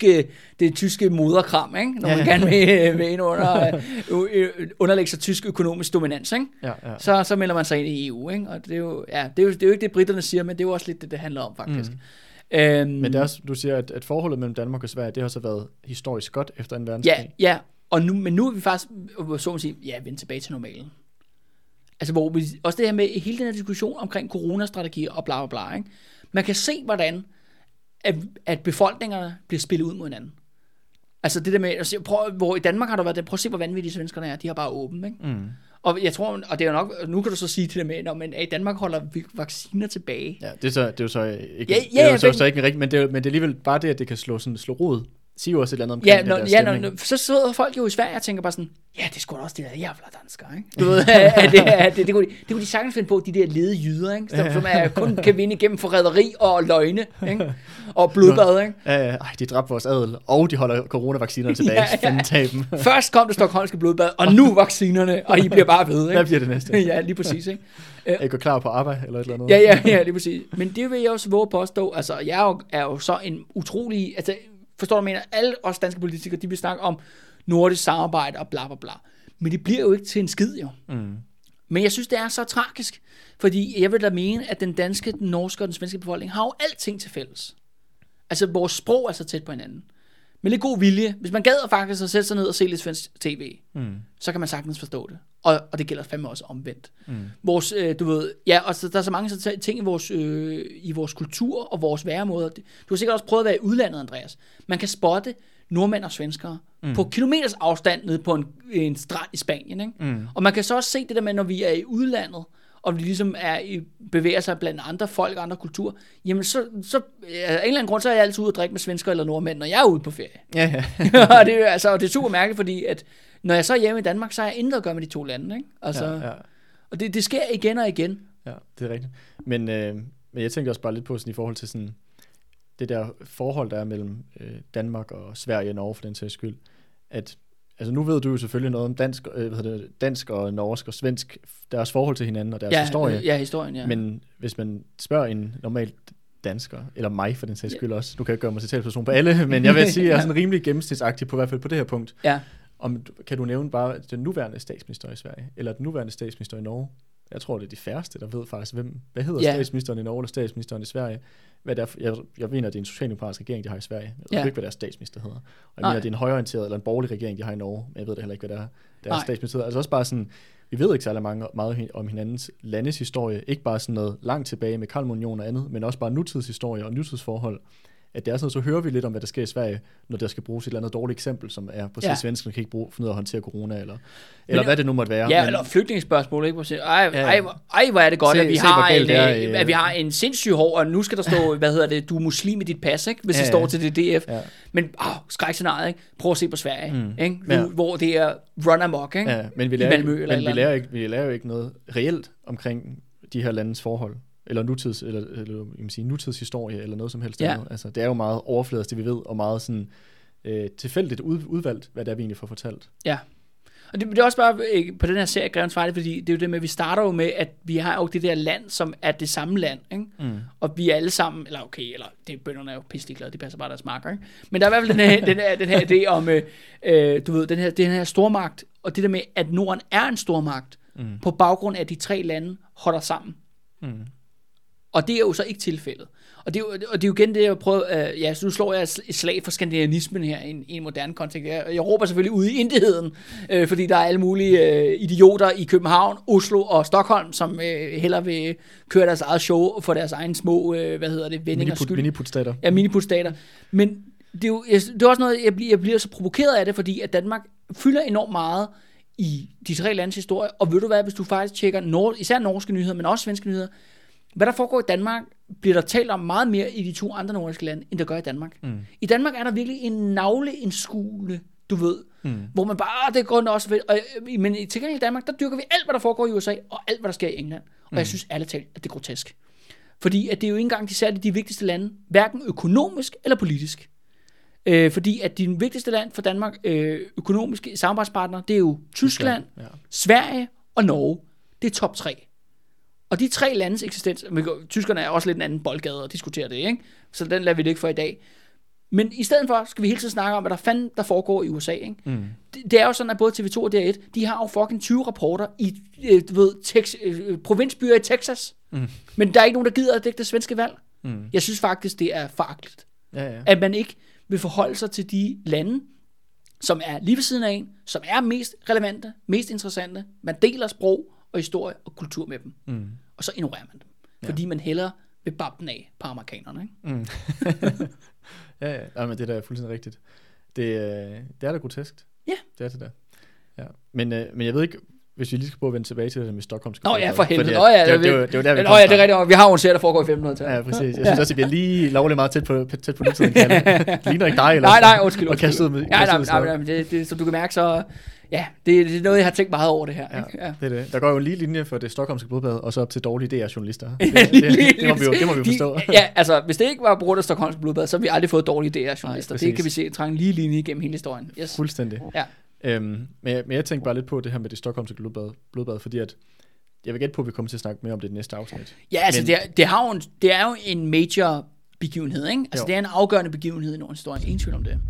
det tyske moderkram, ikke? Når man gerne vil ind underlægge sig tysk økonomisk dominans, ikke? Ja. Så melder man sig ind i EU, ikke? Og det er jo, det er jo ikke det, britterne siger, men det er jo også lidt det handler om, faktisk. Men det er også, du siger, at forholdet mellem Danmark og Sverige, det har så været historisk godt efter 2. verdenskrig. Ja. Men nu er vi faktisk, så man sige, vende tilbage til normalen. Altså, hvor vi, også det her med hele den her diskussion omkring coronastrategier og bla bla bla, ikke? Man kan se, hvordan at befolkningerne bliver spillet ud mod hinanden. Altså det der med, hvor i Danmark har der været det, prøv at se, hvor vanvittige svenskerne er, de har bare åbent, ikke? Og jeg tror, og det er jo nok, nu kan du så sige til det med, men i Danmark holder vi vacciner tilbage. Ja, det er jo så ikke, det er jo så ikke rigtigt, men det er alligevel bare det, at det kan slå rod. Siger jo også et eller andet omkring den der stemning. Så sidder folk jo i Sverige og tænker bare sådan, det er sgu da også de der jævla danskere, ikke? Du ved, det kunne de sagtens finde på, de der lede jyder, ikke? Som kun kan vinde igennem forræderi og løgne, ikke? Og blodbad, ikke? Ja. De dræbte vores adel, og de holder coronavaccinerne tilbage. Ja. Først kom det stokholmske blodbad, og nu vaccinerne, og I bliver bare ved, ikke? Hvad bliver det næste? Ja, lige præcis, ikke? Er I går klar på arbejde, eller et eller andet? Ja, lige præcis. Men det vil jeg også våge påstå, altså, jeg er jo så en utrolig, altså, forstår du, mener, alle os danske politikere, de vil snakke om nordisk samarbejde og bla bla bla. Men det bliver jo ikke til en skid, jo. Men jeg synes, det er så tragisk, fordi jeg vil da mene, at den danske, den norske og den svenske befolkning har jo alting til fælles. Altså, vores sprog er så tæt på hinanden. Med lidt god vilje. Hvis man gad faktisk at sætte sig ned og se lidt svensk tv, så kan man sagtens forstå det. Og det gælder fandme også omvendt. Vores, du ved, og så, der er så mange ting i vores kultur og vores væremåder. Du har sikkert også prøvet at være i udlandet, Andreas. Man kan spotte nordmænd og svenskere på kilometers afstand nede på en strand i Spanien, ikke? Og man kan så også se det der med, når vi er i udlandet, og vi ligesom bevæger sig blandt andre folk og andre kulturer, jamen så af en eller anden grund, så er jeg altid ude at drikke med svensker eller nordmænd, når jeg er ude på ferie. Ja. Og det er det er super mærkeligt, fordi at når jeg så er hjemme i Danmark, så har jeg intet at gøre med de to lande, ikke? Altså, ja. Og det sker igen og igen. Ja, det er rigtigt. Men jeg tænker også bare lidt på sådan i forhold til sådan det der forhold, der er mellem Danmark og Sverige og Norge for den sags skyld, at altså nu ved du jo selvfølgelig noget om dansk og norsk og svensk, deres forhold til hinanden og deres historie. Ja, historien, ja. Men hvis man spørger en normalt dansker, eller mig for den sags skyld også. Du kan ikke gøre mig til talsperson på alle, men jeg vil sige, at jeg er sådan rimelig gennemsnitsagtig på i hvert fald på det her punkt. Ja. Kan du nævne bare den nuværende statsminister i Sverige, eller den nuværende statsminister i Norge? Jeg tror, det er de færreste, der ved faktisk, hvad hedder statsministeren i Norge eller statsministeren i Sverige. Hvad der, jeg mener, det er en socialdemokratisk regering, de har i Sverige. Jeg ved ikke, hvad deres statsminister hedder. Og jeg mener, det er en højreorienteret eller en borgerlig regering, de har i Norge, men jeg ved det heller ikke, hvad deres statsminister hedder. Altså også bare sådan, vi ved ikke særlig meget om hinandens landes historie, ikke bare sådan noget langt tilbage med Kalmarunionen og andet, men også bare nutidshistorie og nutidsforhold. At det er sådan, så hører vi lidt om, hvad der sker i Sverige, når der skal bruges et eller andet dårligt eksempel, som er på sig svenskerne kan ikke finde ud af at håndtere corona, eller hvad det nu måtte være. Ja, eller flygtningsspørgsmål, ikke? Ej, hvor er det godt, at vi har en sindssyg hår, og nu skal der stå, du er muslim i dit pas, ikke? Hvis det står til det DF. Ja. Men skrækscenariet, ikke? Prøv at se på Sverige, ikke? Hvor det er run amok, ikke? Ja, men vi lærer jo ikke noget reelt omkring de her landes forhold. Eller nutidshistorie, eller noget som helst andet. Altså, det er jo meget overfladisk, det vi ved, og meget sådan, tilfældigt udvalgt, hvad det er, vi egentlig får fortalt. Ja, og det er også bare på den her serie, Grevens Fejde, fordi det er jo det med, at vi starter jo med, at vi har jo det der land, som er det samme land, ikke? Og vi er alle sammen, bønderne er jo pisselig glade, de passer bare deres marker, ikke? Men der er i hvert fald den her idé om, den her stormagt, og det der med, at Norden er en stormagt, på baggrund af, at de 3 lande holder sammen. Og det er jo så ikke tilfældet. Og det er jo igen det, jeg prøver, så nu slår jeg et slag for skandinavismen her i en moderne kontekst. Jeg råber selvfølgelig ud i intetheden, fordi der er alle mulige idioter i København, Oslo og Stockholm, som hellere vil køre deres eget show for deres egen små, vendinger skyld. Miniputstater. Ja, miniputstater. Men det er også noget, jeg bliver så provokeret af det, fordi at Danmark fylder enormt meget i de 3 landes historie, og ved du hvad, hvis du faktisk tjekker især norske nyheder, men også svenske nyheder, hvad der foregår i Danmark, bliver der talt om meget mere i de 2 andre nordiske lande, end der gør i Danmark. I Danmark er der virkelig en navleindskuende, du ved, hvor man bare, det går også fedt. Men til gengæld i Danmark, der dyrker vi alt, hvad der foregår i USA, og alt, hvad der sker i England. Og jeg synes ærligt talt, at det er grotesk. Fordi at det er jo ikke engang de vigtigste lande, hverken økonomisk eller politisk. Fordi at de vigtigste land for Danmark, økonomiske samarbejdspartnere, det er jo Tyskland, Sverige og Norge. Det er top 3. Og de 3 landes eksistens, tyskerne er også lidt en anden boldgade at diskutere det, ikke? Så den lader vi det ikke for i dag. Men i stedet for skal vi hele tiden snakke om, hvad der fanden der foregår i USA, ikke? Det er jo sådan, at både TV2 og DR1, de har jo fucking 20 rapporter i, provinsbyer i Texas. Men der er ikke nogen, der gider at dække det svenske valg. Jeg synes faktisk, det er foragteligt. At man ikke vil forholde sig til de lande, som er lige ved siden af en, som er mest relevante, mest interessante. Man deler sprog og historie og kultur med dem. Og så ignorerer man dem. Fordi man hellere vil babbe den af på amerikanerne, ikke? Ja, men det der er fuldstændig rigtigt. Det er da groteskt. Ja. Det er det der. Ja. Men jeg ved ikke, hvis vi lige skal prøve at vende tilbage til det med Stockholms. Nå ja, for helvede. Det er der, vi det er rigtigt. Vi har jo en serie, der foregår i 1500-tallet. Ja, præcis. Jeg synes også, at vi er lige lovligt meget tæt på nutiden. Ligner ikke dig, eller? Nej, undskyld. Og kastet med. Nej, det, som du kan mærke, så ja, det er noget, jeg har tænkt meget over det her. Ja, det er det. Der går jo en lige linje for det stockholmske blodbad, og så op til dårlige DR-journalister. Det må vi forstå. Ja, altså, hvis det ikke var på grund af stockholmske blodbad, så har vi aldrig fået dårlige DR-journalister. Det kan vi se, trække en lige linje igennem hele historien. Yes. Fuldstændig. Ja. Men jeg tænkte bare lidt på det her med det stockholmske blodbad, fordi at jeg vil gætte på, at vi kommer til at snakke mere om det i næste afsnit. Ja, altså det er jo en major begivenhed, ikke? Altså det er en afgørende begivenhed i Nordens historie. Ingen tvivl om det.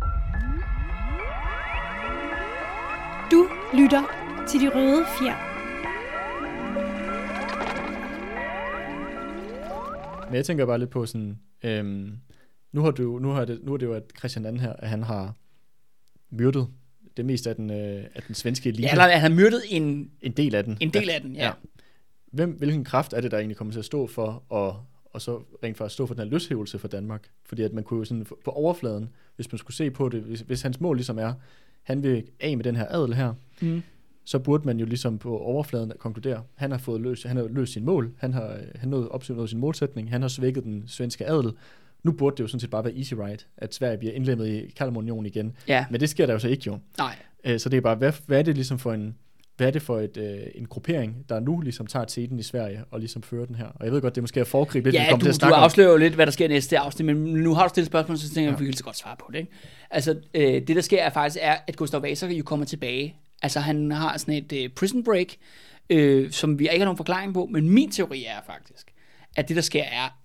Du lytter til De Røde Fjer. Men jeg tænker bare lidt på sådan, nu er det jo, at Christian II her, at han har myrdet det meste af den svenske elite. Ja, eller han har myrdet en del af den. En del af den, ja. Hvilken kraft er det, der egentlig kommer til at stå for, og så rent faktisk stå for den her løshævelse for Danmark? Fordi at man kunne jo sådan på overfladen, hvis man skulle se på det, hvis hans mål ligesom er, han vil af med den her adel her, så burde man jo ligesom på overfladen konkludere, han har løst sin mål, han har opnået sin målsætning, han har svækket den svenske adel. Nu burde det jo sådan set bare være easy ride, at Sverige bliver indlemmet i Kalmarunionen igen. Ja. Men det sker der jo så ikke jo. Nej. Så det er bare, hvad er det ligesom for en gruppering, der nu ligesom tager teten i Sverige og ligesom fører den her? Og jeg ved godt, det måske er foregribe lidt, ja, vi kommer til at snakke om. Ja, du afslører jo lidt, hvad der sker næste afsnit, men nu har du stillet spørgsmål, så tænker jeg, at vi kan så godt svare på det. Ikke? Altså, det der sker faktisk er, at Gustav Vasa jo kommer tilbage. Altså, han har sådan et prison break, som vi ikke har nogen forklaring på, men min teori er faktisk, at det der sker er, at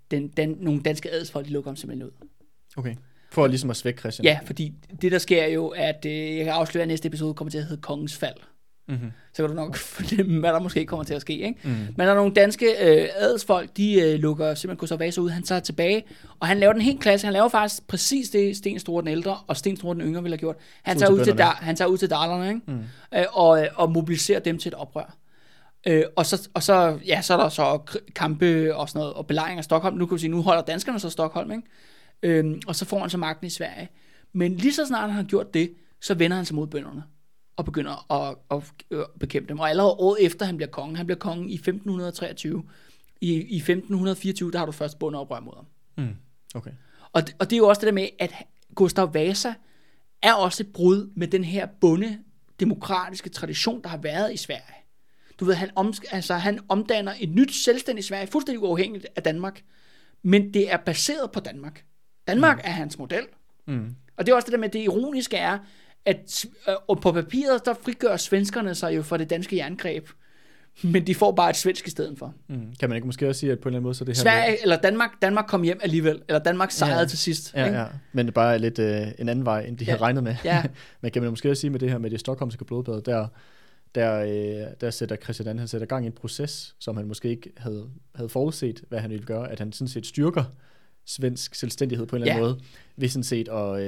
nogle danske adelsfolk, de lukker ham simpelthen ud. Okay. For ligesom at svække Christian. Ja, fordi det der sker jo, at jeg kan afsløre, at næste episode kommer til at hedde Kongens Fald. Mm-hmm. Så kan du nok fornemme, hvad der måske kommer til at ske. Ikke? Men der er nogle danske adelsfolk, de lukker simpelthen Gustav Vasa ud. Han tager tilbage, og han laver den helt klasse. Han laver faktisk præcis det, Sten Store den ældre og Sten Store den yngre ville have gjort. Han tager ud til dalerne, ikke? Og mobiliserer dem til et oprør. Og så er der så kampe og sådan noget, og belejring af Stockholm. Nu kan vi sige, nu holder danskerne så Stockholm, ikke? Og så får han så magten i Sverige. Men lige så snart han har gjort det, så vender han sig mod bønderne og begynder at bekæmpe dem. Og allerede året efter han bliver konge i 1523. I 1524, der har du først bondeoprør mod ham. Okay. Og det er jo også det der med, at Gustav Vasa er også et brud med den her bondedemokratiske tradition, der har været i Sverige. Du ved, han omdanner et nyt selvstændigt Sverige, fuldstændig uafhængigt af Danmark, men det er baseret på Danmark. Danmark er hans model. Og det er også det der med, det ironiske er, at på papiret, der frigør svenskerne sig jo for det danske jerngreb, men de får bare et svensk i stedet for. Kan man ikke måske også sige, at på en eller anden måde, så det her... Sverige eller Danmark kom hjem alligevel, eller Danmark sejrede til sidst. Ja, men det er bare lidt en anden vej, end de havde regnet med. Ja. Men kan man måske også sige med det her med det stockholmske blodbad, der sætter Christian II, han sætter gang i en proces, som han måske ikke havde forudset, hvad han ville gøre, at han sådan set styrker svensk selvstændighed på en eller anden måde, ved sådan set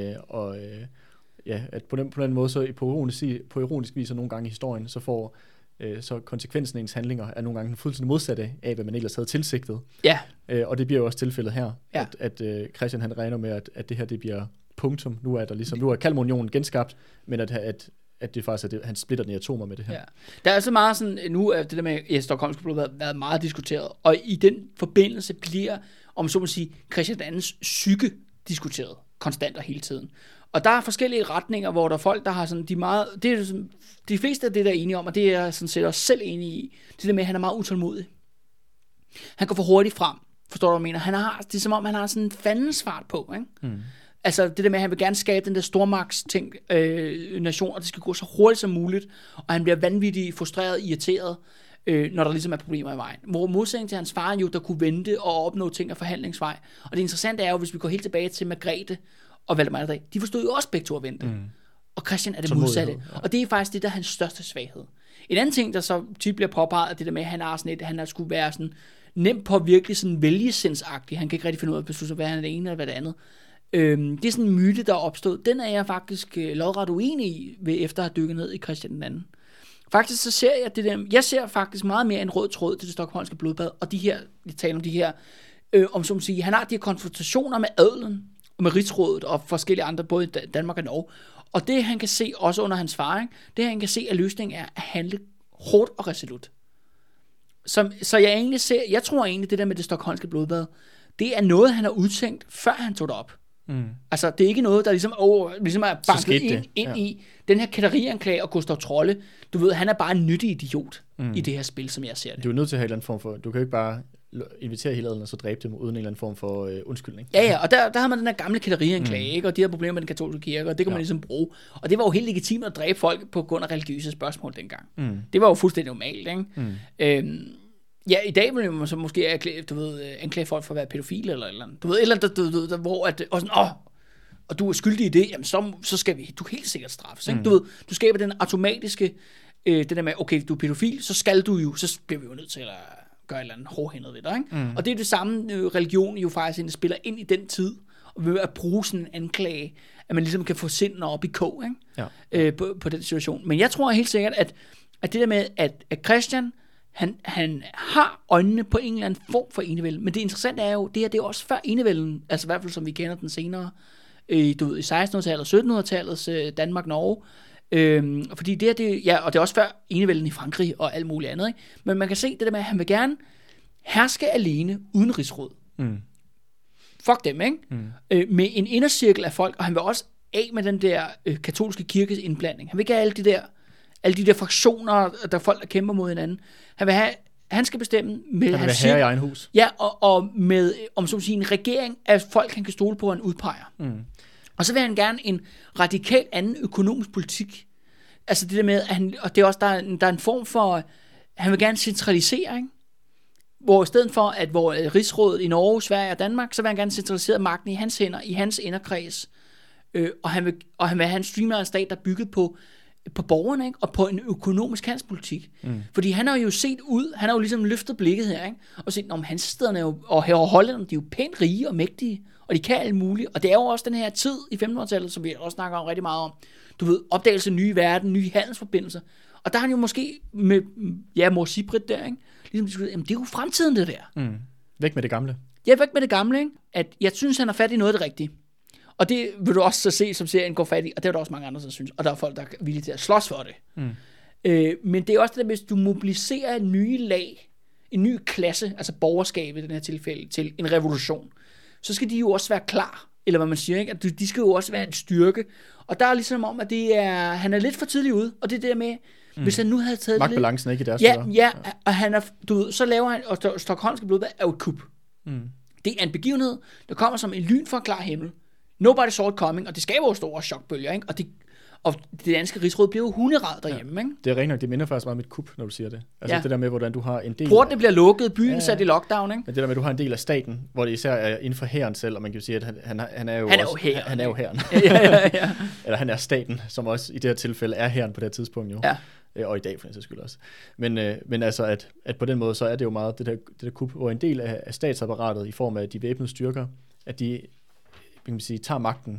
at på den måde, så på ironisk vis, og nogle gange i historien, så får så konsekvensen af ens handlinger er nogle gange fuldstændig modsatte af, hvad man ellers havde tilsigtet. Ja. Og det bliver jo også tilfældet her, ja. at Christian han regner med, at det her det bliver punktum. Nu er Kalmarunionen genskabt, men at det faktisk er det, han splitter den i atomer med det her. Ja. Der er så meget sådan, nu er det der med Stockholmske blod været meget diskuteret, og i den forbindelse bliver, om så må sige, Christian II's psyke diskuteret konstant og hele tiden. Og der er forskellige retninger, hvor der er folk, der har sådan de fleste af det, der er enige om, og det er sådan set også selv enige i, det der med, at han er meget utålmodig. Han går for hurtigt frem, forstår du, hvad jeg mener? Det er som om, han har sådan en fandens fart på, ikke? Altså det der med, at han vil gerne skabe den der stormagtsting nation, og det skal gå så hurtigt som muligt, og han bliver vanvittigt frustreret, irriteret, når der ligesom er problemer i vejen. Hvor modsætning til hans far jo, der kunne vente og opnå ting af forhandlingsvej. Og det interessante er jo, hvis vi går helt tilbage til Margrethe og Valdemar, de forstod jo også begge to at vente. Og Christian er det modsatte. Ja. Og det er faktisk det, der er hans største svaghed. En anden ting, der så tit bliver påpeget, er det der med, at han skulle være sådan nemt på virkelig sådan vælgesindsagtig. Han kan ikke rigtig finde ud af at beslutte, hvad han er det ene eller hvad det andet. Det er sådan en myte, der er opstået. Den er jeg faktisk lodret uenig i, ved efter at have dykket ned i Christian II. Faktisk så ser jeg det der, jeg ser faktisk meget mere en rød tråd til det stockholmske blodbad, og de her, vi taler om de her, om som sige, han har de her konfrontationer med adelen, og med rigsrådet, og forskellige andre, både i Danmark og Norge, og det han kan se, også under hans far, det han kan se, at løsningen er at handle hårdt og resolut. Så jeg tror egentlig, det der med det stockholmske blodbad, det er noget, han har udtænkt, før han tog det op. Altså, det er ikke noget, der ligesom er banket ind i den her kætterianklage og Gustav Trolle. Du ved, han er bare en nyttig idiot i det her spil, som jeg ser det. Du er nødt til at have en eller anden form for... Du kan jo ikke bare invitere hele adelen og så dræbe dem uden en eller anden form for undskyldning. Ja, og der har man den her gamle kætterianklage, ikke? Og de her problemer med den katolske kirke, og det kan man ligesom bruge. Og det var jo helt legitimt at dræbe folk på grund af religiøse spørgsmål dengang. Det var jo fuldstændig normalt, ikke? Ja, i dag vil man så måske anklage folk for at være pædofil eller andet. Du ved, et eller andet, hvor at, og sådan, og du er skyldig i det, jamen så skal du helt sikkert straffes. Ikke? Du ved, du skaber den automatiske, det der med, okay, du er pædofil, så bliver vi jo nødt til at gøre et eller andet hårdhændet ved dig. Ikke? Og det er det samme, religion jo faktisk spiller ind i den tid, og ved at bruge sådan en anklage, at man ligesom kan få sindene op i kog, ikke? Ja. På den situation. Men jeg tror helt sikkert, at det der med, at Christian, han har øjnene på en eller anden form for enevælde, men det interessante er jo, det er også før enevælden, altså i hvert fald som vi kender den senere, i 1600-tallet og 1700-tallets Danmark-Norge, fordi det er, og det er også før enevælden i Frankrig og alt muligt andet, ikke? Men man kan se det der med, at han vil gerne herske alene uden rigsråd. Fuck dem, ikke? Med en indercirkel af folk, og han vil også af med den der katolske kirkes indblanding. Han vil ikke have alle de der fraktioner, der folk der kæmper mod hinanden. Han skal bestemme med hans herre i egen hus. Ja, og med om så at sige en regering af folk han kan stole på, og han udpeger. Og så vil han gerne en radikal anden økonomisk politik. Altså det der med at og det er også der er en form for han vil gerne centralisere, ikke? hvor i stedet for, at hvor rigsrådet i Norge, Sverige og Danmark, så vil han gerne centralisere magten i hans hænder, i hans inderkreds. Og han vil have en streamlined stat, der er bygget på borgerne, ikke? Og på en økonomisk handelspolitik. Fordi han har jo set ud, han har jo ligesom løftet blikket her, ikke? Og set, om hans stederne jo, og her Holland, de er jo pænt rige og mægtige, og de kan alt muligt. Og det er jo også den her tid i 1500-tallet, som vi også snakker om rigtig meget om. Du ved, opdagelse af nye verden, nye handelsforbindelser. Og der har han jo måske med mor Sigrid der, ikke? Ligesom, jamen, det er jo fremtiden, det der. Væk med det gamle. Ja, væk med det gamle, ikke? At jeg synes, han har fat i noget af det rigtige. Og det vil du også så se, som serien går fat i, og det er der også mange andre, der synes. Og der er folk, der er villige til at slås for det. Men det er også det der, hvis du mobiliserer en nye lag, en ny klasse, altså borgerskab i den her tilfælde, til en revolution, så skal de jo også være klar, eller hvad man siger, ikke? At de skal jo også være en styrke. Og der er ligesom om, at han er lidt for tidlig ude, og det er det der med, hvis han nu havde taget magtbalancen er ikke i deres ja, og han er, du ved, så laver han, og Stockholmske blodbad er jo et kup. Det er en begivenhed, der kommer som en lyn fra en klar himmel. Nobody saw it coming, og det skaber jo store chokbølger, ikke? Og det danske rigsråd bliver jo hunderad derhjemme, ikke? Det er rent nok, det minder faktisk meget om et kup, når du siger det. Altså det der med, hvordan du har en del... Portene bliver lukket, byen sat i lockdown, ikke? Men det der med, at du har en del af staten, hvor det især er inden for hæren selv, og man kan jo sige, at han er jo hæren. Han er jo hæren. Ja. Eller han er staten, som også i det her tilfælde er hæren på det her tidspunkt jo. Ja. Og i dag for en sags skyld også. Men altså, at på den måde, så er det jo meget det der kup, hvor en del af statsapparatet i form af de væbnede styrker, at de, kan man sige, tager magten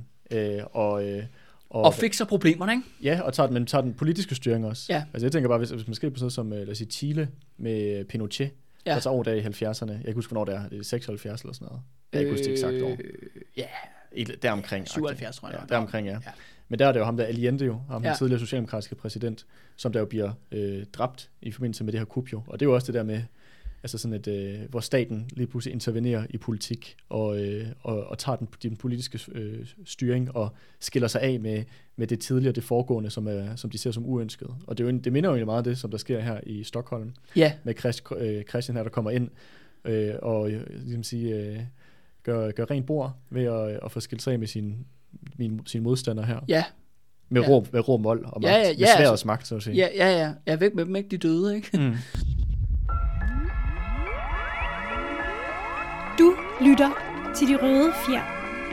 og fikser problemerne, ikke? Ja, og tager den politiske styring også. Ja. Altså jeg tænker bare, hvis man skal på sådan noget som, lad os sige, Chile med Pinochet, der tager over der i 70'erne. Jeg kan ikke huske, hvornår det er. Det er 76 eller sådan noget. Jeg kan ikke huske det eksakt år. Ja. Deromkring. 77, tror jeg. Ja, deromkring, ja. Men der er det jo ham der, Allende jo, ham den tidligere socialdemokratiske præsident, som der jo bliver dræbt i forbindelse med det her kup jo. Og det er jo også det der med, altså sådan hvor staten lige pludselig intervenerer i politik og tager den politiske styring og skiller sig af med det tidligere, det foregående, som de ser som uønsket. Og det minder jo meget af det, som der sker her i Stockholm. Ja. Med Christian her, der kommer ind og ligesom sige, gør rent bord ved at få skilt sig af med sin modstander her. Ja. Med råb, vold og magt. Med sværets magt, så at sige. Ja. Jeg er væk med dem, ikke? De døde, ikke? Du lytter til De Røde Fjer.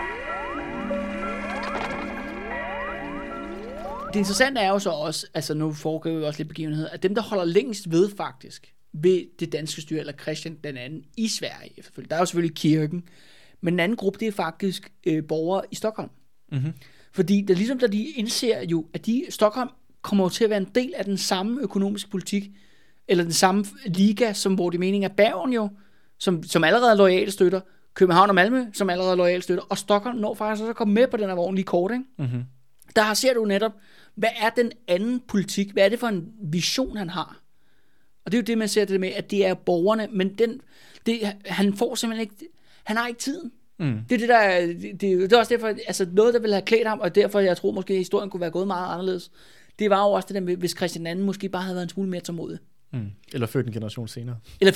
Det interessante er jo så også, altså nu foregår jo også lidt begivenhed, at dem, der holder længst ved faktisk, ved det danske styre, eller Christian den anden i Sverige efterfølgende. Der er jo selvfølgelig kirken, men den anden gruppe, det er faktisk borgere i Stockholm. Fordi det er ligesom, da de indser jo, at Stockholm kommer til at være en del af den samme økonomiske politik, eller den samme liga, som hvor det mening er Bergen jo, som allerede er loyale støtter, København og Malmø, som allerede er loyale støtter, og Stockholm når faktisk også at komme med på den her vogn lige kort, ikke? Der ser du netop, hvad er den anden politik, hvad er det for en vision, han har? Og det er jo det, man ser det med, at det er borgerne, men han får simpelthen ikke, han har ikke tiden. Det er også derfor, altså noget, der ville have klædt ham, og derfor, jeg tror måske, at historien kunne være gået meget anderledes. Det var jo også det der med, hvis Christian II måske bare havde været en smule mere tålmodig. Eller født en generation senere.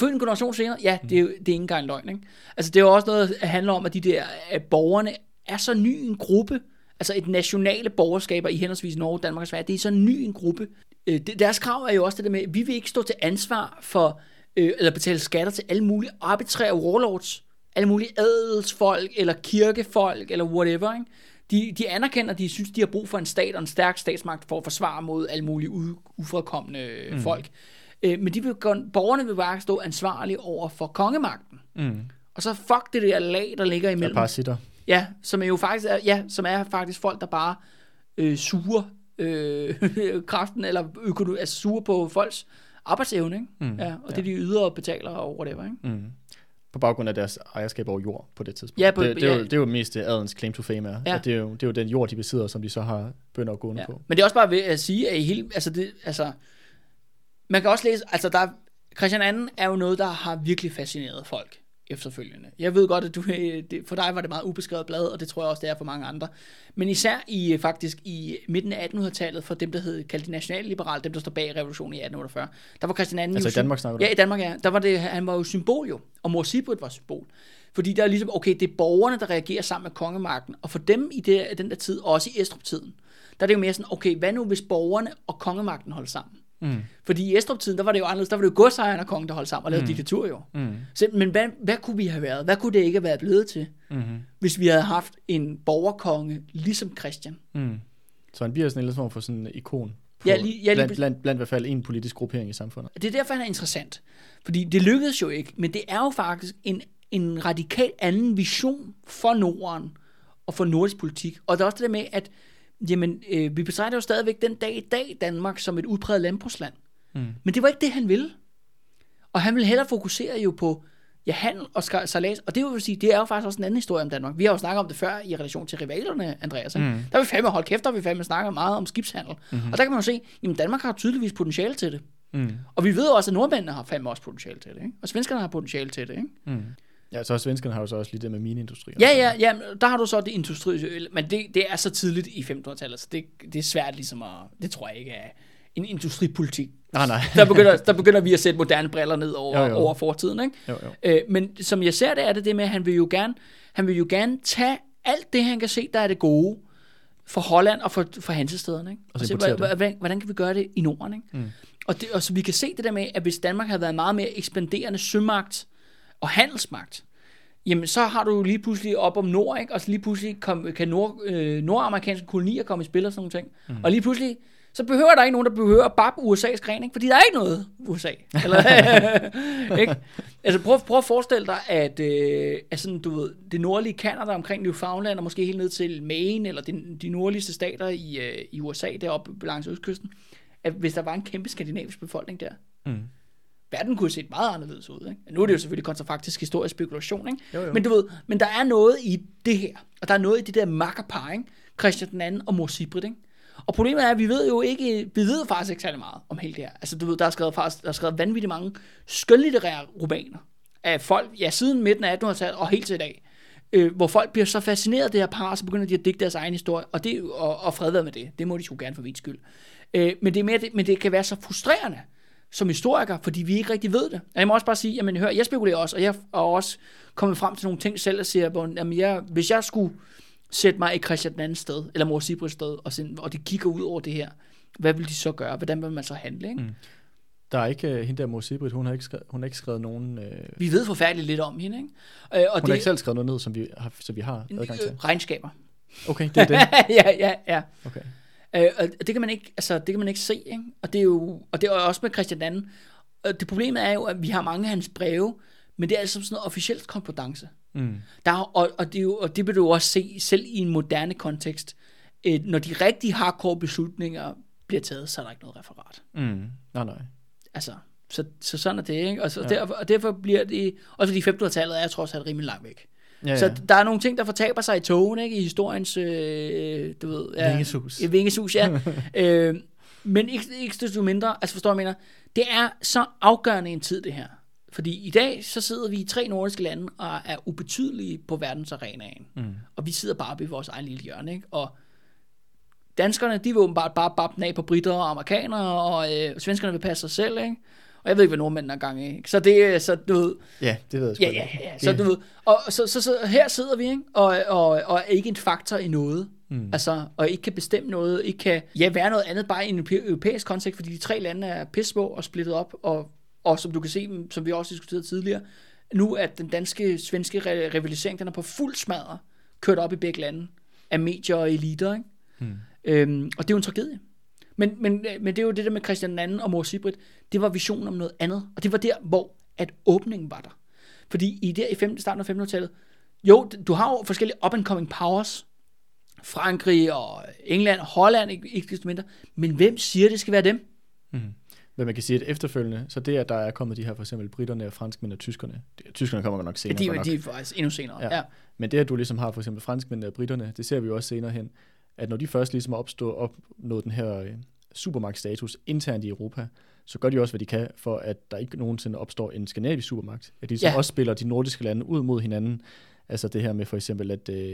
Ja, det er ikke engang løgn, ikke? Altså det er jo også noget, der handler om, at borgerne er så ny en gruppe, altså et nationale borgerskaber i henholdsvis Norge, Danmark og Sverige, det er så ny en gruppe. Deres krav er jo også det der med, at vi vil ikke stå til ansvar for, eller betale skatter til alle mulige arbitrære warlords, alle mulige adelsfolk, eller kirkefolk, eller whatever, ikke? De anerkender, de synes, de har brug for en stat og en stærk statsmagt for at forsvare mod alle mulige ufredkommende folk. Men borgerne vil bare stå ansvarlige over for kongemagten. Og så fuck det der lag, der ligger imellem. Parasitter. Ja, som er jo faktisk faktisk folk, der bare suger kraften, eller altså suger på folks arbejdsevne, ikke? Og det de yder og betaler og whatever, ikke? På baggrund af deres ejerskab over jord på det tidspunkt. Ja, det er jo mest adens claim to fame er. Ja. Det er jo den jord, de besidder, som de så har bønder og gående på. Men det er også bare ved at sige, at man kan også læse, altså Christian II er jo noget, der har virkelig fascineret folk efterfølgende. Jeg ved godt, at for dig var det meget ubeskrevet blad, og det tror jeg også, det er for mange andre. Men især faktisk i midten af 1800-tallet, for dem, der kaldte de nationalliberale, dem, der står bag revolutionen i 1848, der var Christian II... Altså i Danmark snakker du? Ja, i Danmark, ja. Der var han var jo symbol jo, og mor Sigrid var symbol. Fordi der er ligesom, okay, det er borgerne, der reagerer sammen med kongemagten, og for dem i den der tid, og også i Estrup-tiden, der er det jo mere sådan, okay, hvad nu hvis borgerne og kongemagten holder sammen? Fordi i Estrup-tiden, der var det jo anderledes. Der var det jo godsejeren og kongen, der holdt sammen og lavede diktatur jo. Så, men hvad kunne vi have været? Hvad kunne det ikke have været blevet til, hvis vi havde haft en borgerkonge, ligesom Christian? Så han bliver sådan en lille form for sådan en ikon. Blandt i hvert fald en politisk gruppering i samfundet. Det er derfor, han er interessant. Fordi det lykkedes jo ikke, men det er jo faktisk en radikal anden vision for Norden og for nordisk politik. Og der er også det der med, at jamen, vi betragter jo stadigvæk den dag i dag Danmark som et udpræget landbrugsland. Men det var ikke det, han ville. Og han ville hellere fokusere jo på handel og sejlads. Og det vil sige, det er jo faktisk også en anden historie om Danmark. Vi har jo snakket om det før i relation til rivalerne, Andreas. Der har vi fandme holdt kæft, og vi fandme snakket meget om skibshandel. Og der kan man jo se, at Danmark har tydeligvis potentiale til det. Og vi ved også, at nordmændene har fandme også potentiale til det. Ikke? Og svenskerne har potentiale til det. Ikke? Ja, så svenskerne har jo så også lige det med mineindustri. Ja, der har du så det industrielle, men det er så tidligt i 1500-tallet, så det er svært ligesom at, det tror jeg ikke er en industripolitik. Nej. Der begynder vi at sætte moderne briller ned over fortiden, ikke? Jo. Men som jeg ser det, er det med, at han vil jo gerne tage alt det, han kan se, der er det gode for Holland og for Hansestederne, ikke? Og se, hvordan kan vi gøre det i Norden, ikke? Og så vi kan se det der med, at hvis Danmark havde været en meget mere ekspanderende sømagt og handelsmagt, jamen så har du lige pludselig op om nord, ikke? Og så lige pludselig kan nordamerikanske kolonier komme i spil og sådan nogle ting. Og lige pludselig, så behøver der ikke nogen, der behøver bare USA's gren, ikke? Fordi der er ikke noget USA. Eller, ikke? Altså prøv at forestille dig, at sådan, du ved, det nordlige Canada omkring Newfoundland, og måske helt ned til Maine, eller de nordligste stater i USA, deroppe langs østkysten, at hvis der var en kæmpe skandinavisk befolkning der, verden kunne set meget anderledes ud, ikke? Nu er det jo selvfølgelig kontrafaktisk historisk spekulation, ikke? Jo. Men du ved, men der er noget i det her, og der er noget i det der makkerpar, ikke? Christian den anden og Mor Sigrid, ikke? Og problemet er, at vi ved faktisk ikke særlig meget om hele det her. Altså du ved, der er skrevet vanvittigt mange skønlitterære romaner af folk, siden midten af 1800-tallet og helt til i dag, hvor folk bliver så fascineret af det her par, og så begynder de at digte deres egen historie, og fred være med det. Det må de sgu gerne for vidt skyld. Men det kan være så frustrerende som historiker, fordi vi ikke rigtig ved det. Og jeg må også bare sige, jamen hør, jeg spekulerer også, og jeg er også kommet frem til nogle ting selv, og siger, hvis jeg skulle sætte mig i Christian den anden sted, eller Mor Sigrids sted, og de kigger ud over det her, hvad vil de så gøre? Hvordan vil man så handle, ikke? Der er ikke hende der Mor Sigrid, hun har ikke skrevet nogen... Vi ved forfærdeligt lidt om hende, ikke? Og hun har ikke selv skrevet noget ned, som vi har adgang til? Regnskaber. Okay, det er det? ja. Okay. Og det kan man ikke se, ikke? Og det er også med Christian II. Det problemet er jo, at vi har mange af hans breve, men det er altså sådan noget officielt korrespondance. Og det vil du også se selv i en moderne kontekst. Når de rigtig hardcore beslutninger bliver taget, så er der ikke noget referat. Nej. Altså, så sådan er det, ikke? Og derfor bliver det, også fordi 1500-tallet er trods alt rimelig langt væk. Ja. Så der er nogle ting, der fortaber sig i togen, ikke? I historiens, du ved... Vingesus. Vingesus, ja. Men ikke desto mindre, altså forstår jeg, mener, det er så afgørende en tid, det her. Fordi i dag, så sidder vi i 3 nordiske lande, og er ubetydelige på verdensarenaen. Og vi sidder bare ved vores egen lille hjørne, ikke? Og danskerne, de vil åbenbart bare bappe den af på britter og amerikanere, og svenskerne vil passe sig selv, ikke? Og jeg ved ikke, hvad nordmændene er gang i, ikke? Så det er så, du ved... Ja, det ved jeg sgu. Ja. Så du ved... Og så her sidder vi, ikke? Og er ikke en faktor i noget. Altså, og ikke kan bestemme noget, ikke kan være noget andet, bare i en europæisk kontekst, fordi de 3 lande er pissmå og splittet op, og som du kan se, som vi også diskuterede tidligere, nu at den danske-svenske rivalisering, den er på fuld smadre, kørt op i begge lande af medier og eliter, ikke? Og det er jo en tragedie. Men det er jo det der med Christian II og Mor Sigrid, det var visionen om noget andet, og det var der, hvor at åbningen var der. Fordi i starten af 1500-tallet, jo, du har jo forskellige up-and-coming powers, Frankrig og England og Holland, ikke desto mindre, men hvem siger, det skal være dem? Men man kan sige, at efterfølgende, så det, at der er kommet de her for eksempel britterne og franskmændene og tyskerne, tyskerne kommer nok senere. De er faktisk endnu senere, ja. Men det, at du ligesom har for eksempel franskmændene og britterne, det ser vi jo også senere hen, at når de først ligesom har opnået den her supermagtstatus internt i Europa, så gør de også, hvad de kan, for at der ikke nogensinde opstår en skandinavisk supermagt. At de også spiller de nordiske lande ud mod hinanden. Altså det her med for eksempel,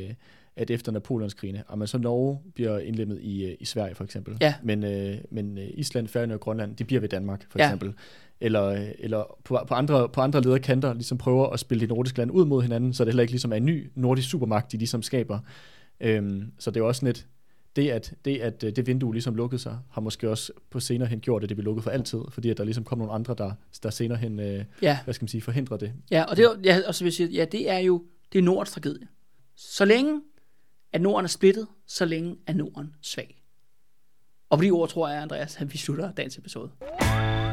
at efter Napoleonskrigene, så Norge bliver indlemmet i Sverige for eksempel. Ja. Men Island, Færøerne og Grønland, de bliver ved Danmark for eksempel. Eller på andre lederkanter ligesom prøver at spille de nordiske lande ud mod hinanden, så det heller ikke ligesom er en ny nordisk supermagt, de ligesom skaber. Så det er jo også lidt, det vindue ligesom lukkede sig, har måske også på senere hen gjort, at det blev lukket for altid, fordi at der ligesom kom nogle andre, der senere hen, hvad skal man sige, forhindrer det. Ja, og så vil jeg sige, ja, det er Nordens tragedie. Så længe at Norden er splittet, så længe er Norden svag. Og på de ord tror jeg, Andreas, at vi slutter dagens episode.